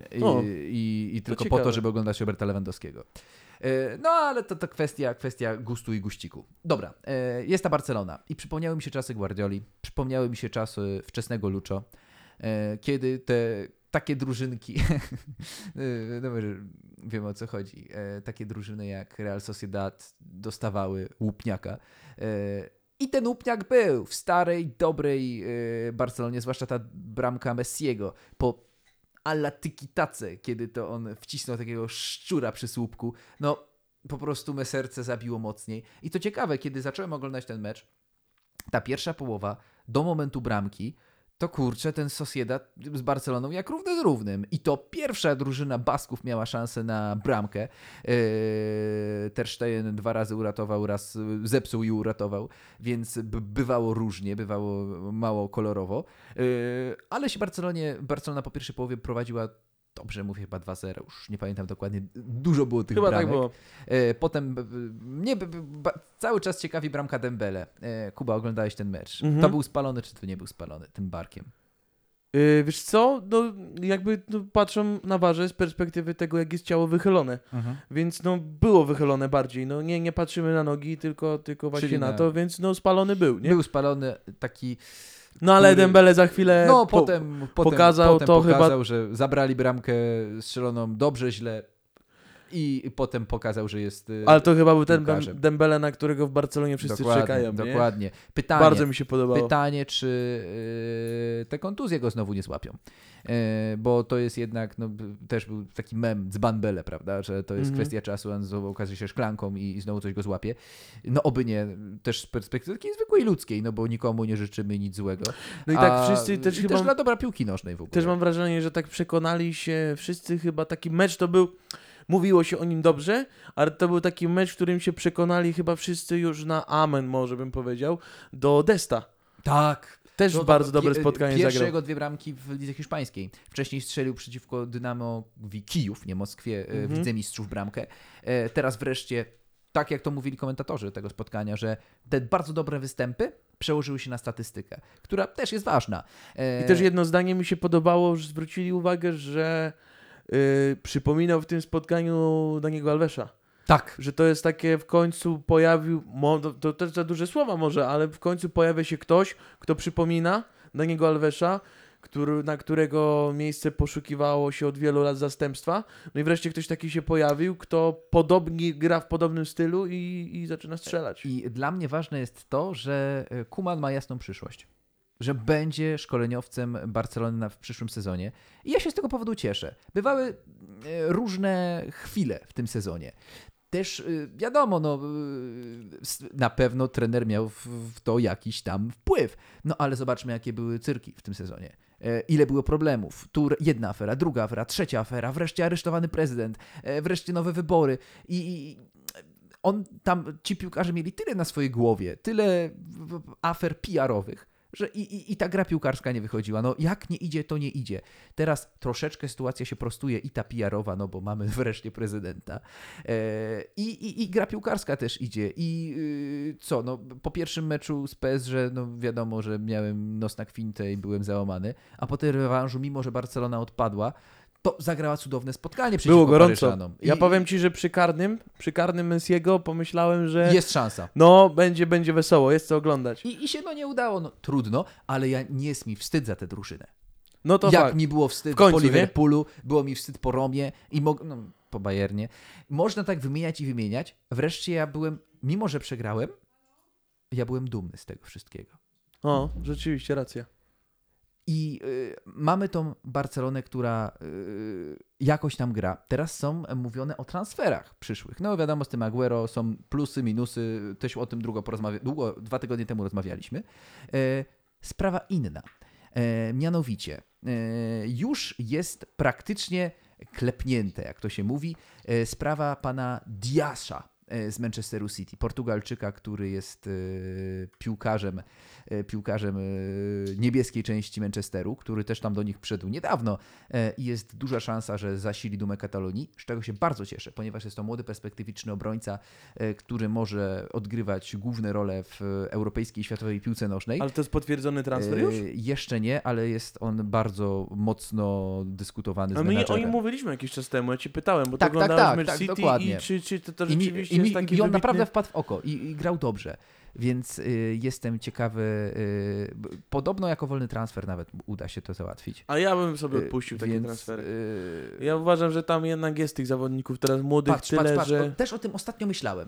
I tylko po ciekawe. to, żeby oglądać Roberta Lewandowskiego. No ale to kwestia gustu i guściku. Dobra, jest ta Barcelona i przypomniały mi się czasy Guardioli, przypomniały mi się czasy wczesnego Lucho, kiedy te takie drużynki, no może wiem o co chodzi, takie drużyny jak Real Sociedad dostawały łupniaka. I ten łupniak był w starej, dobrej Barcelonie, zwłaszcza ta bramka Messiego po alla tiki-tace, kiedy to on wcisnął takiego szczura przy słupku. No, po prostu me serce zabiło mocniej. I to ciekawe, kiedy zacząłem oglądać ten mecz, ta pierwsza połowa do momentu bramki, to kurczę, ten Sociedad z Barceloną jak równy z równym. I to pierwsza drużyna Basków miała szansę na bramkę. Ter Stegen 2 razy uratował, raz zepsuł i uratował, więc bywało różnie, bywało mało kolorowo. Ale się Barcelona po pierwszej połowie prowadziła dobrze, mówię chyba 2-0, już nie pamiętam dokładnie, dużo było tych Chyba bramek. tak było. Potem mnie cały czas ciekawi bramka Dembele. Kuba, oglądałeś ten mecz. Mhm. To był spalony, czy to nie był spalony tym barkiem? Wiesz co? No jakby patrzą na warze z perspektywy tego, jak jest ciało wychylone. Więc no było wychylone bardziej. No nie patrzymy na nogi, tylko właśnie Czyli na to, więc no spalony był, nie? Był spalony taki... No ale Dembele za chwilę Potem pokazał, że zabrali bramkę strzeloną dobrze, źle i potem pokazał, że jest ale to chyba był ten piłkarzem. Dembele, na którego w Barcelonie wszyscy czekają, nie? Dokładnie. Bardzo mi się podobało. Pytanie, czy te kontuzje go znowu nie złapią. Bo to jest jednak, no, też był taki mem z Banbele, prawda, że to jest kwestia czasu, on znowu okaże się szklanką i znowu coś go złapie. No oby nie, też z perspektywy takiej zwykłej ludzkiej, no bo nikomu nie życzymy nic złego. No i tak wszyscy też chyba... też dla dobra piłki nożnej w ogóle. Też mam wrażenie, że tak przekonali się wszyscy chyba, taki mecz to był, mówiło się o nim dobrze, ale to był taki mecz, w którym się przekonali chyba wszyscy już na amen, może bym powiedział, do Desta. Tak. Też bardzo dobre spotkanie zagrał. Pierwsze jego 2 bramki w lidze hiszpańskiej. Wcześniej strzelił przeciwko Dynamowi Kijów, nie Moskwie, w Lidze Mistrzów bramkę. Teraz wreszcie, tak jak to mówili komentatorzy tego spotkania, że te bardzo dobre występy przełożyły się na statystykę, która też jest ważna. I też jedno zdanie mi się podobało, że zwrócili uwagę, że przypominał w tym spotkaniu Daniego Alvesa. Tak. Że to jest takie w końcu to też za duże słowa może, ale w końcu pojawia się ktoś, kto przypomina Daniego Alvesa, na którego miejsce poszukiwało się od wielu lat zastępstwa. No i wreszcie ktoś taki się pojawił, kto podobnie gra w podobnym stylu i zaczyna strzelać. I dla mnie ważne jest to, że Koeman ma jasną przyszłość. Że będzie szkoleniowcem Barcelony w przyszłym sezonie. I ja się z tego powodu cieszę. Bywały różne chwile w tym sezonie. Też wiadomo, na pewno trener miał w to jakiś tam wpływ. No ale zobaczmy, jakie były cyrki w tym sezonie. Ile było problemów. Tu jedna afera, druga afera, trzecia afera, wreszcie aresztowany prezydent, wreszcie nowe wybory. I ci piłkarze mieli tyle na swojej głowie, tyle afer PR-owych, że i ta gra piłkarska nie wychodziła. No jak nie idzie, to nie idzie. Teraz troszeczkę sytuacja się prostuje i ta PR-owa, no bo mamy wreszcie prezydenta. I gra piłkarska też idzie. I co, no po pierwszym meczu z PSG, no wiadomo, że miałem nos na kwintę i byłem załamany, a po tym rewanżu, mimo że Barcelona odpadła, to zagrała cudowne spotkanie przeciwko Było gorąco. Paryżanom. Ja powiem ci, że przy karnym Messiego pomyślałem, że jest szansa. no będzie wesoło, jest co oglądać. I się nie udało, no trudno, ale nie jest mi wstyd za tę drużynę. No to Jak fakt. mi było wstyd W końcu, po Liverpoolu, było mi wstyd po Romie i po Bayernie. Można tak wymieniać i wymieniać. Wreszcie ja byłem, mimo że przegrałem, ja byłem dumny z tego wszystkiego. O, rzeczywiście, racja. I mamy tą Barcelonę, która jakoś tam gra. Teraz są mówione o transferach przyszłych. No wiadomo, z tym Aguero są plusy, minusy. Też o tym długo 2 tygodnie temu rozmawialiśmy. Sprawa inna. Mianowicie, już jest praktycznie klepnięte, jak to się mówi, sprawa pana Diasza z Manchesteru City, Portugalczyka, który jest piłkarzem niebieskiej części Manchesteru, który też tam do nich przyszedł niedawno i jest duża szansa, że zasili dumę Katalonii, z czego się bardzo cieszę, ponieważ jest to młody, perspektywiczny obrońca, który może odgrywać główne role w europejskiej i światowej piłce nożnej. Ale to jest potwierdzony transfer już? Jeszcze nie, ale jest on bardzo mocno dyskutowany z A my menadżerem. o nim mówiliśmy jakiś czas temu, ja ci pytałem, bo Tak, to oglądałeś tak, mecz tak, City dokładnie. i czy to rzeczywiście jest taki I on wybitny... naprawdę wpadł w oko i grał dobrze, więc jestem ciekawy. Podobno jako wolny transfer nawet uda się to załatwić. A ja bym sobie odpuścił takie Więc, transfery. Ja uważam, że tam jednak jest tych zawodników teraz młodych tyle, że... Też o tym ostatnio myślałem.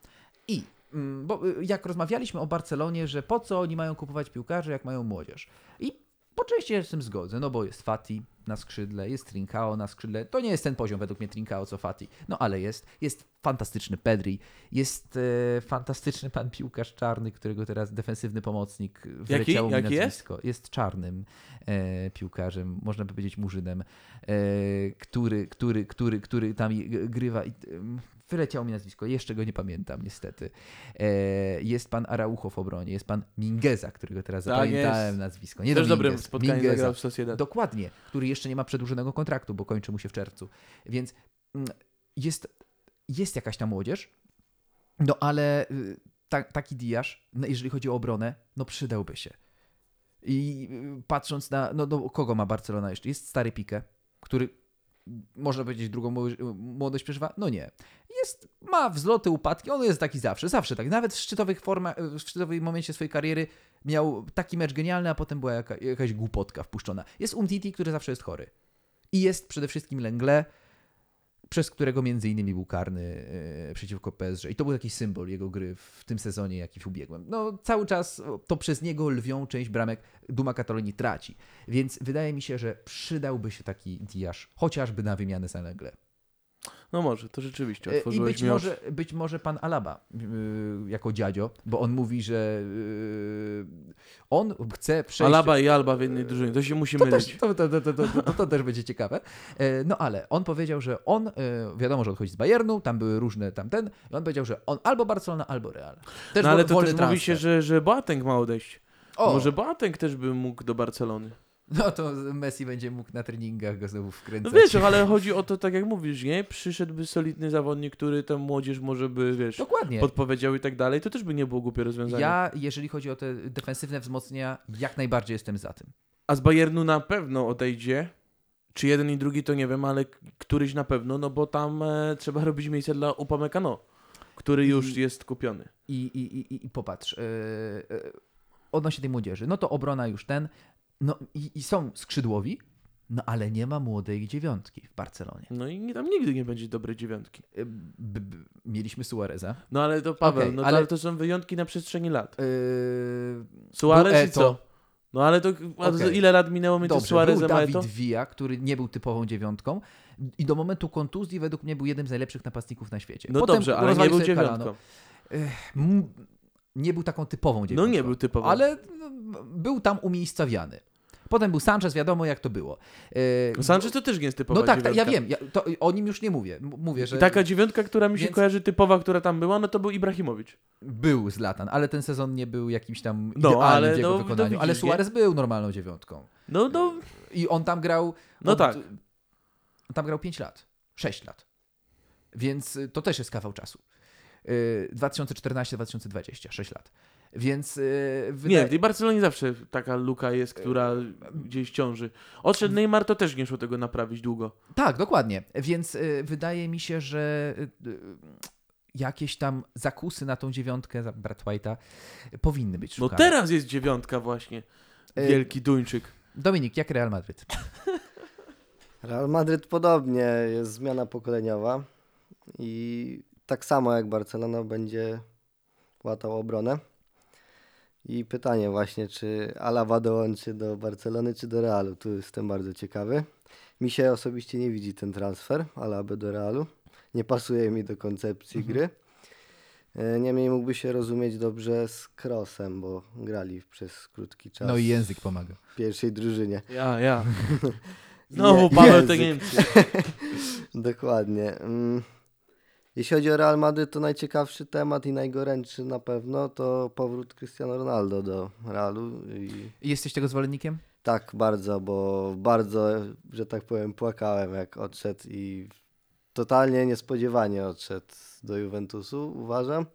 Bo jak rozmawialiśmy o Barcelonie, że po co oni mają kupować piłkarzy, jak mają młodzież. I po części się z tym zgodzę, no bo jest Fati na skrzydle, jest Trincao na skrzydle. To nie jest ten poziom według mnie Trincao co Fati, no ale jest fantastyczny Pedri, jest fantastyczny pan piłkarz czarny, którego teraz defensywny pomocnik wleciało mi nazwisko. Jest czarnym piłkarzem, można by powiedzieć murzynem, który tam grywa. Wyleciało mi nazwisko, jeszcze go nie pamiętam niestety. Jest pan Araujo w obronie, jest pan Mingueza, którego teraz zapamiętałem nazwisko. Nie też do dobrym spotkaniu Mingueza. zagrał w Sociedad. Dokładnie, który jeszcze nie ma przedłużonego kontraktu, bo kończy mu się w czerwcu. Więc jest jakaś ta młodzież, no ale taki Diasz, jeżeli chodzi o obronę, no przydałby się. I patrząc na, no kogo ma Barcelona jeszcze? Jest stary Piqué, który można powiedzieć drugą młodość przeżywa? No nie. Ma wzloty, upadki, on jest taki zawsze tak. Nawet w szczytowym momencie swojej kariery miał taki mecz genialny, a potem była jakaś głupotka wpuszczona. Jest Umtiti, który zawsze jest chory. I jest przede wszystkim Lenglet, przez którego między innymi był karny przeciwko PSG. I to był jakiś symbol jego gry w tym sezonie, jak i w ubiegłym. No cały czas to przez niego lwią część bramek duma Katalonii traci. Więc wydaje mi się, że przydałby się taki Diasz, chociażby na wymianę za Lenglet. No może, to rzeczywiście. I być może pan Alaba jako dziadzio, bo on mówi, że on chce przejść... Alaba i Alba w jednej drużynie, to się musi mylić. To też będzie ciekawe. No ale on powiedział, że on, wiadomo, że odchodzi z Bayernu, tam były różne i on powiedział, że on albo Barcelona, albo Real. Też ale to też mówi się, że Boateng ma odejść. Może Boateng też by mógł do Barcelony. No to Messi będzie mógł na treningach go znowu wkręcać. No wiesz, ale chodzi o to, tak jak mówisz, nie? Przyszedłby solidny zawodnik, który tę młodzież może by, wiesz, dokładnie podpowiedział i tak dalej, to też by nie było głupie rozwiązanie. Ja, jeżeli chodzi o te defensywne wzmocnienia, jak najbardziej jestem za tym. A z Bayernu na pewno odejdzie, czy jeden i drugi to nie wiem, ale któryś na pewno, no bo tam trzeba robić miejsce dla Upamecano, który już jest kupiony. I popatrz, odnośnie tej młodzieży, no to obrona już No i są skrzydłowi, no ale nie ma młodej dziewiątki w Barcelonie. No i tam nigdy nie będzie dobrej dziewiątki. Mieliśmy Suareza. No ale to Paweł, Okej, no ale- ale to są wyjątki na przestrzeni lat. Był Suarez i Eto'o. co? No ale to Okej. ile lat minęło między Dobrze, Suarezem był a David Eto'o? Villa, który nie był typową dziewiątką i do momentu kontuzji według mnie był jednym z najlepszych napastników na świecie. No Potem dobrze, ale nie rozwalił był sobie kolano. dziewiątką. Nie był taką typową dziewiątką. No nie był typowo. Ale był tam umiejscowiany. Potem był Sanchez, wiadomo jak to było. Sanchez to też nie jest typowa No tak, dziewiątka. ja wiem. O nim już nie mówię. Mówię, że I taka dziewiątka, która mi się Więc- kojarzy typowa, która tam była, no to był Ibrahimowicz. był Zlatan, ale ten sezon nie był jakimś tam No, idealnym ale w jego no, wykonaniu. widzisz, Ale nie? Suarez był normalną dziewiątką. No, I on tam grał... No tak. On tam grał 5 lat. 6 lat. Więc to też jest kawał czasu. 2014-2020, 6 lat. Więc nie, w tej Barcelonie zawsze taka luka jest, która gdzieś ciąży. Odszedł Neymar, to też nie szło tego naprawić długo. Tak, dokładnie. Więc wydaje mi się, że jakieś tam zakusy na tą dziewiątkę za Brad White'a powinny być No szukane. teraz jest dziewiątka właśnie. Wielki Duńczyk. Dominik, jak Real Madryt? Real Madryt podobnie, jest zmiana pokoleniowa i tak samo jak Barcelona będzie łatał obronę. I pytanie właśnie, czy Alaba dołączy do Barcelony czy do Realu? Tu jestem bardzo ciekawy. Mi się osobiście nie widzi ten transfer Alaby do Realu. Nie pasuje mi do koncepcji gry. Niemniej mógłby się rozumieć dobrze z Kroosem, bo grali przez krótki czas No i język pomaga. w pierwszej drużynie. Ja. Znowu Paweł te Niemcy. Dokładnie. Jeśli chodzi o Real Madryt, to najciekawszy temat i najgorętszy na pewno to powrót Cristiano Ronaldo do Realu. I Jesteś tego zwolennikiem? tak, bardzo, bo bardzo, że tak powiem, płakałem jak odszedł i totalnie niespodziewanie odszedł do Juventusu, uważam.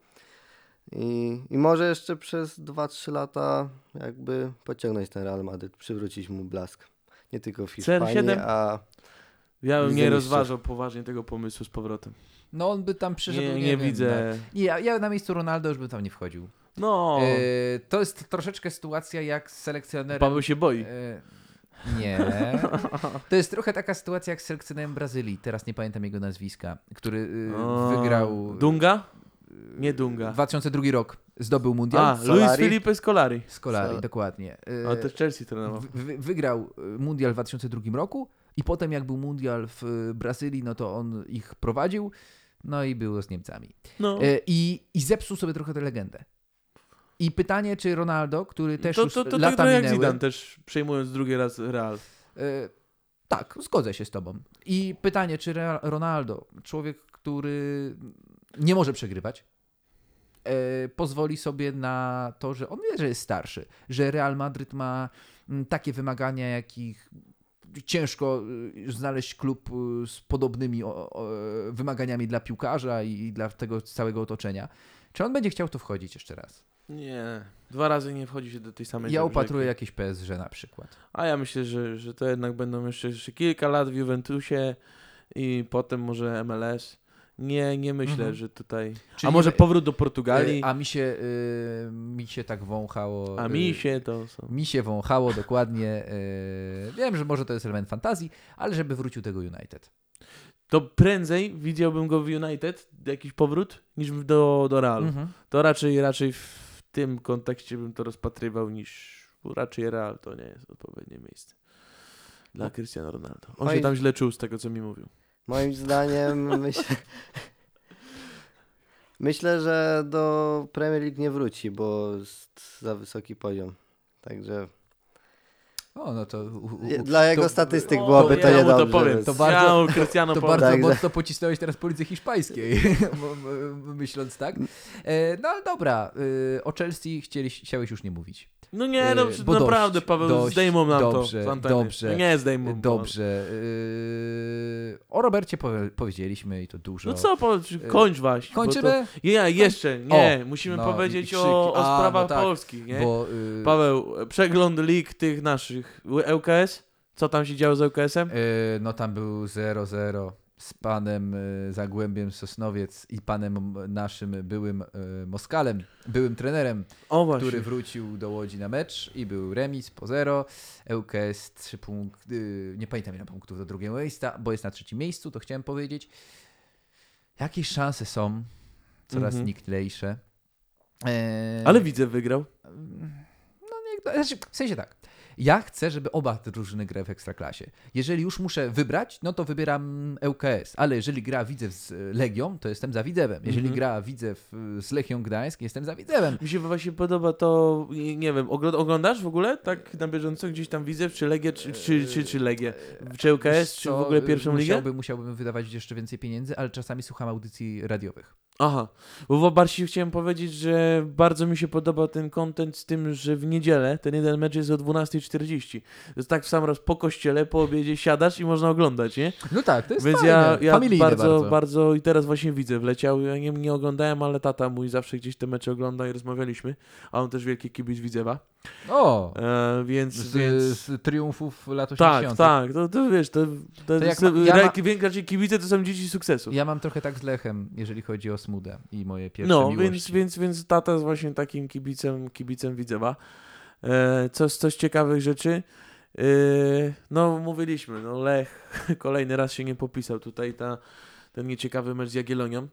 I może jeszcze przez 2-3 lata jakby pociągnąć ten Real Madryt, przywrócić mu blask. Nie tylko w Hiszpanii, CR7? a Ja bym Widzę nie mistrzów. rozważał poważnie tego pomysłu z powrotem. No on by tam przyszedł, Nie wiem, widzę. No. Ja na miejscu Ronaldo już bym tam nie wchodził. No, To jest troszeczkę sytuacja jak z selekcjonerem... Paweł się boi. Nie. To jest trochę taka sytuacja jak z selekcjonerem Brazylii. Teraz nie pamiętam jego nazwiska, który wygrał... Dunga? Nie Dunga. 2002 rok zdobył mundial. Luis Solari? Felipe Scolari. Scolari, dokładnie. Ale też Chelsea trenował. Wygrał mundial w 2002 roku i potem jak był mundial w Brazylii, no to on ich prowadził, no i było z Niemcami. No. I zepsuł sobie trochę tę legendę. I pytanie, czy Ronaldo, który też już to lata trochę jak minęły... Zidane też przejmując drugi raz Real. Tak, zgodzę się z tobą. I pytanie, czy Ronaldo, człowiek, który nie może przegrywać, pozwoli sobie na to, że on wie, że jest starszy, że Real Madryt ma takie wymagania, jakich ciężko znaleźć klub z podobnymi wymaganiami dla piłkarza i dla tego całego otoczenia. Czy on będzie chciał to wchodzić jeszcze raz? Nie. 2 razy nie wchodzi się do tej samej Ja rzeki. upatruję jakieś PSG na przykład. A ja myślę, że to jednak będą jeszcze kilka lat w Juventusie i potem może MLS. Nie myślę, że tutaj... Czyli A może powrót do Portugalii? A mi się tak wąchało. A mi się to są... Mi się wąchało dokładnie. Wiem, że może to jest element fantazji, ale żeby wrócił tego United. To prędzej widziałbym go w United, jakiś powrót, niż do Realu. Mhm. To raczej w tym kontekście bym to rozpatrywał niż... Bo raczej Real to nie jest odpowiednie miejsce dla Cristiano Ronaldo. On się tam źle czuł z tego, co mi mówił. moim zdaniem myślę, że do Premier League nie wróci, bo jest za wysoki poziom. Także O, no to... dla jego to- statystyk O, byłoby to ja mu niedobrze. to powiem. więc- To bardzo- Ja mu Cristiano To powiem. bardzo Także- mocno pocisnąłeś teraz po lidze hiszpańskiej, myśląc tak. No ale dobra, o Chelsea chciałeś już nie mówić. No nie, no Bo naprawdę, dość, Paweł, dość, zdejmą nam dobrze, to z anteny. dobrze, No nie zdejmą. Dobrze. O Robercie powiedzieliśmy i to dużo. No co, kończ właśnie. bo Kończymy? To... Nie, jeszcze, nie. O, musimy no, powiedzieć i krzyki. o A, sprawach no tak, polskich, nie? Bo, Paweł, przegląd lig tych naszych ŁKS. Co tam się działo z ŁKS-em? no tam był 0-0 z panem Zagłębiem Sosnowiec i panem naszym byłym Moskalem, byłym trenerem, O właśnie. który wrócił do Łodzi na mecz i był remis po 0. ŁKS 3 punkty, nie pamiętam ile punktów do drugiego miejsca, bo jest na 3. miejscu, to chciałem powiedzieć. Jakieś szanse są, coraz niklejsze. Ale widzę, wygrał. W sensie tak. Ja chcę, żeby oba drużyny grały w Ekstraklasie. Jeżeli już muszę wybrać, no to wybieram ŁKS, ale jeżeli gra Widzew z Legią, to jestem za Widzewem. Jeżeli gra Widzew z Lechią Gdańsk, jestem za Widzewem. Mi się właśnie podoba to, nie wiem, oglądasz w ogóle tak na bieżąco gdzieś tam Widzew, czy Legię, czy Legię? Czy ŁKS, czy w ogóle pierwszą ligę? Musiałbym wydawać jeszcze więcej pieniędzy, ale czasami słucham audycji radiowych. Aha, bo bardziej chciałem powiedzieć, że bardzo mi się podoba ten content z tym, że w niedzielę ten jeden mecz jest o 12:40. To jest tak w sam raz po kościele, po obiedzie siadasz i można oglądać, nie? No tak, to jest Więc fajne. ja Familijne bardzo i teraz właśnie widzę, wleciał, ja nie oglądałem, ale tata mój zawsze gdzieś te mecze ogląda i rozmawialiśmy, a on też wielki kibic Widzewa. O! Więc z triumfów lat 80. Tak, to wiesz, raczej kibice to są dzieci sukcesu. Ja mam trochę tak z Lechem, jeżeli chodzi o Smudę i moje pierwsze miłości. Więc tata jest właśnie takim kibicem Widzewa. Coś ciekawych rzeczy. No mówiliśmy, no Lech kolejny raz się nie popisał tutaj, ten nieciekawy mecz z Jagiellonią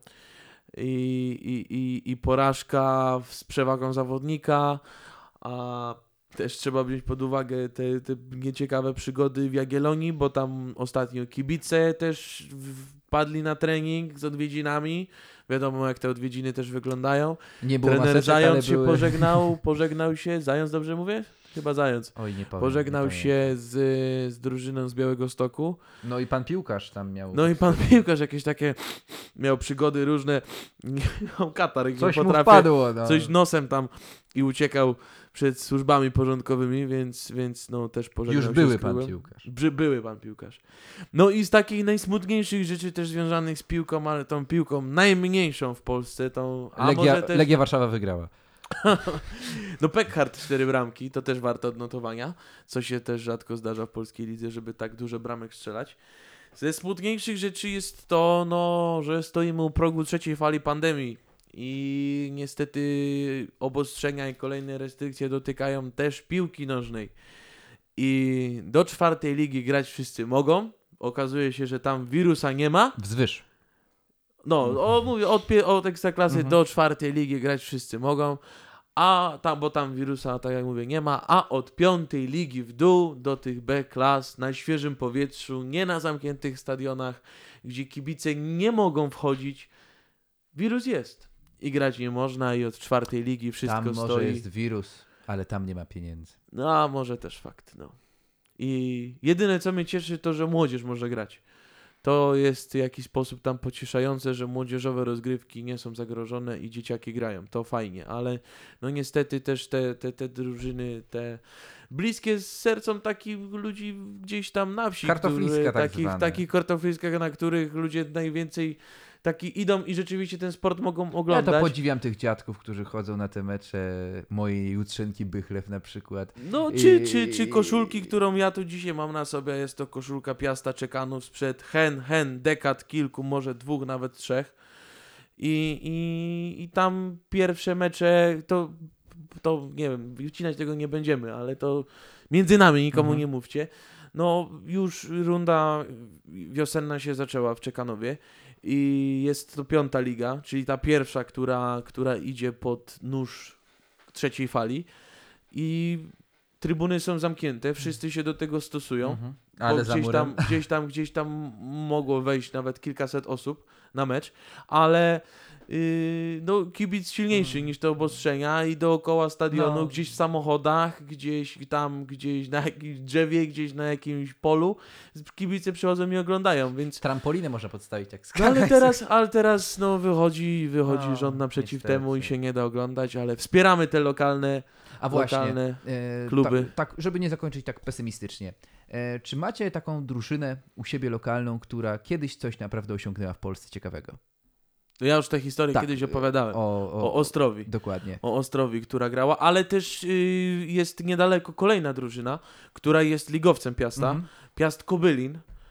i porażka z przewagą zawodnika, a też trzeba wziąć pod uwagę te nieciekawe przygody w Jagiellonii, bo tam ostatnio kibice też wpadli na trening z odwiedzinami. Wiadomo, jak te odwiedziny też wyglądają. Nie było Trener maseczek, Zając się były... pożegnał się. Zając, dobrze mówię? Chyba Zając. Oj, nie powiem. Pożegnał się z drużyną z Białegostoku. No i pan piłkarz tam miał... No i pan piłkarz jakieś takie miał przygody różne. Miał katar. Coś mu wpadło. No. Coś nosem tam i uciekał przed służbami porządkowymi, więc no też pożegnał już się były z klubem. pan piłkarz. Były pan piłkarz. No i z takich najsmutniejszych rzeczy też związanych z piłką, ale tą piłką najmniejszą w Polsce, Legia Warszawa wygrała. No Pekhart 4 bramki, to też warto odnotowania, co się też rzadko zdarza w polskiej lidze, żeby tak dużo bramek strzelać. Ze smutniejszych rzeczy jest to, no, że stoimy u progu 3. fali pandemii i niestety obostrzenia i kolejne restrykcje dotykają też piłki nożnej. I do 4. ligi grać wszyscy mogą. Okazuje się, że tam wirusa nie ma. Wzwyż. No, mówię, od Ekstraklasy do 4. ligi grać wszyscy mogą, bo tam wirusa, tak jak mówię, nie ma, a od 5. ligi w dół do tych B-klas na świeżym powietrzu, nie na zamkniętych stadionach, gdzie kibice nie mogą wchodzić, wirus jest i grać nie można i od 4. ligi wszystko tam stoi. Tam może jest wirus, ale tam nie ma pieniędzy. No, a może też fakt, no. I jedyne, co mnie cieszy, to, że młodzież może grać. To jest w jakiś sposób tam pocieszające, że młodzieżowe rozgrywki nie są zagrożone i dzieciaki grają. To fajnie, ale no niestety też te drużyny, te bliskie z sercem takich ludzi gdzieś tam na wsi. Kartofliska takich kartofliskach, na których ludzie najwięcej idą i rzeczywiście ten sport mogą oglądać. Ja to podziwiam tych dziadków, którzy chodzą na te mecze mojej Jutrzynki Bychlew na przykład. No, czy koszulki, którą ja tu dzisiaj mam na sobie, jest to koszulka Piasta Czekanów sprzed dekad kilku, może 2, nawet 3. I tam pierwsze mecze, to nie wiem, wcinać tego nie będziemy, ale to między nami, nikomu nie mówcie. No, już runda wiosenna się zaczęła w Czekanowie. I jest to 5. liga, czyli ta pierwsza, która idzie pod nóż 3. fali i trybuny są zamknięte, wszyscy się do tego stosują, ale gdzieś tam mogło wejść nawet kilkaset osób na mecz, ale no, kibic silniejszy niż te obostrzenia i dookoła stadionu, gdzieś w samochodach, gdzieś na jakimś drzewie, gdzieś na jakimś polu, kibice przychodzą i oglądają, więc... Trampolinę można podstawić jak skakać. Ale teraz no, wychodzi rząd naprzeciw temu i się nie da oglądać, ale wspieramy te lokalne kluby. Tak, żeby nie zakończyć tak pesymistycznie. Czy macie taką drużynę u siebie lokalną, która kiedyś coś naprawdę osiągnęła w Polsce ciekawego? Ja już tę historię kiedyś opowiadałem. O Ostrowi. Dokładnie. O Ostrowi, która grała, ale też jest niedaleko kolejna drużyna, która jest ligowcem Piasta. Piast Kobylin.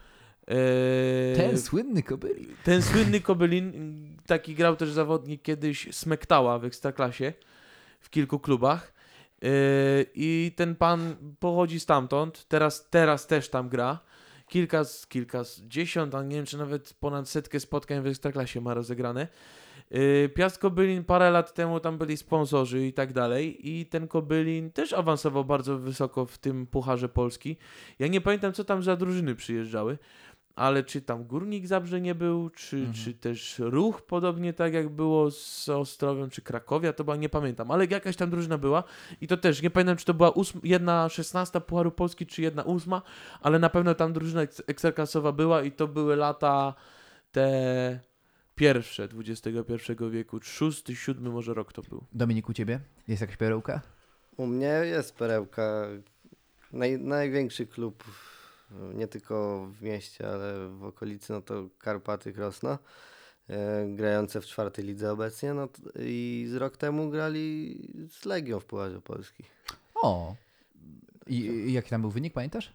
Ten słynny Kobylin. Ten słynny Kobylin, taki grał też zawodnik kiedyś Smektała w Ekstraklasie w kilku klubach. I ten pan pochodzi stamtąd, teraz też tam gra. Kilkadziesiąt, a nie wiem czy nawet ponad 100 spotkań w Ekstraklasie ma rozegrane. Piast Kobylin parę lat temu tam byli sponsorzy i tak dalej i ten Kobylin też awansował bardzo wysoko w tym Pucharze Polski. Ja nie pamiętam co tam za drużyny przyjeżdżały, ale czy tam Górnik Zabrze nie był, czy też Ruch, podobnie tak jak było z Ostrowem, czy Krakowia, to chyba nie pamiętam, ale jakaś tam drużyna była i to też, nie pamiętam czy to była 1/16 Pucharu Polski, czy 1/8, ale na pewno tam drużyna ekstraklasowa była i to były lata te pierwsze XXI wieku, 6., 7. może rok to był. Dominik, u ciebie? Jest jakaś perełka? U mnie jest perełka. Największy klub, nie tylko w mieście, ale w okolicy, no to Karpaty Krosno, grające w 4. lidze obecnie, no i z rok temu grali z Legią w Pucharze Polski. O! I jaki tam był wynik, pamiętasz?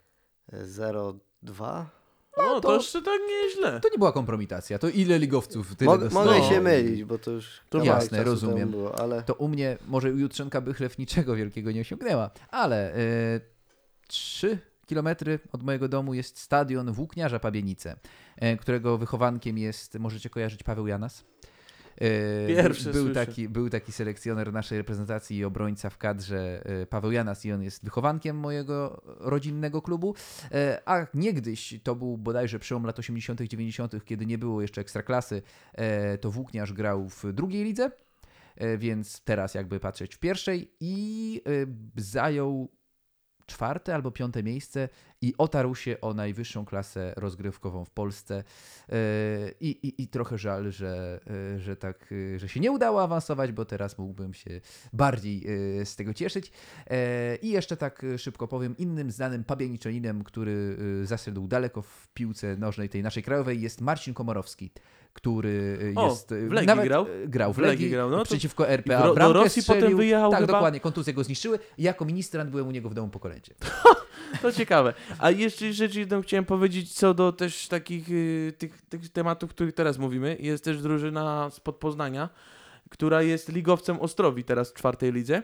0-2. No, to- to jeszcze tak nieźle. To nie była kompromitacja, to ile ligowców tyle Mogę dostało? się mylić, bo to już To kawałek jasne, czasu rozumiem. temu było, ale To u mnie może Jutrzenka Bychlew niczego wielkiego nie osiągnęła, ale 3 kilometry od mojego domu jest stadion Włókniarza Pabienice, którego wychowankiem jest, możecie kojarzyć, Paweł Janas. Pierwszy słyszę. Był taki selekcjoner naszej reprezentacji i obrońca w kadrze, Paweł Janas, i on jest wychowankiem mojego rodzinnego klubu, a niegdyś, to był bodajże przełom lat 80., 90., kiedy nie było jeszcze ekstraklasy, to Włókniarz grał w drugiej lidze, więc teraz jakby patrzeć w pierwszej i zajął 4. albo 5. miejsce i otarł się o najwyższą klasę rozgrywkową w Polsce. I trochę żal, że się nie udało awansować, bo teraz mógłbym się bardziej z tego cieszyć. I jeszcze tak szybko powiem, innym znanym pabianiczaninem, który zaszedł daleko w piłce nożnej tej naszej krajowej, jest Marcin Komorowski, który jest... w Legii nawet grał? Grał w W Legii Legii, grał, no to- przeciwko i RPA. do Bramkę Rosji strzelił. potem wyjechał Tak, chyba? dokładnie, kontuzje go zniszczyły. I jako ministrant byłem u niego w domu po kolędzie. To ciekawe. A jeszcze rzecz jedną chciałem powiedzieć co do też takich tych tematów, o których teraz mówimy. Jest też drużyna spod Poznania, która jest ligowcem Ostrowi teraz w 4. lidze.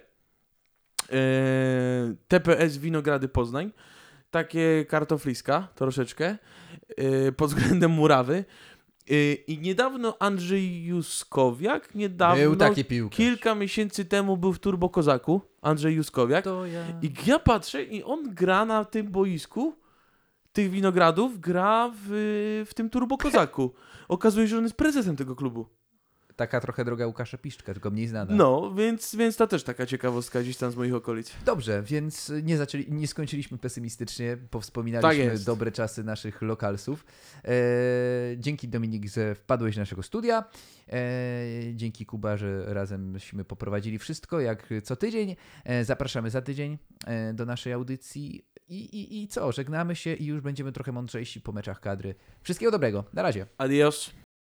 TPS Winogrady Poznań. Takie kartofliska troszeczkę pod względem murawy. I niedawno Andrzej Juskowiak, Był taki piłkarz. kilka miesięcy temu był w Turbo Kozaku, Andrzej Juskowiak. To ja... I ja patrzę i on gra na tym boisku tych winogradów, gra w tym Turbo Kozaku. Okazuje się, że on jest prezesem tego klubu. Taka trochę droga Łukasza Piszczka, tylko mniej znana. No, więc to też taka ciekawostka gdzieś tam z moich okolic. Dobrze, więc nie skończyliśmy pesymistycznie, Tak powspominaliśmy jest. dobre czasy naszych lokalsów. Dzięki Dominik, że wpadłeś do naszego studia. Dzięki Kuba, że razemśmy poprowadzili wszystko jak co tydzień. Zapraszamy za tydzień do naszej audycji i co, żegnamy się i już będziemy trochę mądrzejsi po meczach kadry. Wszystkiego dobrego, na razie. Adios.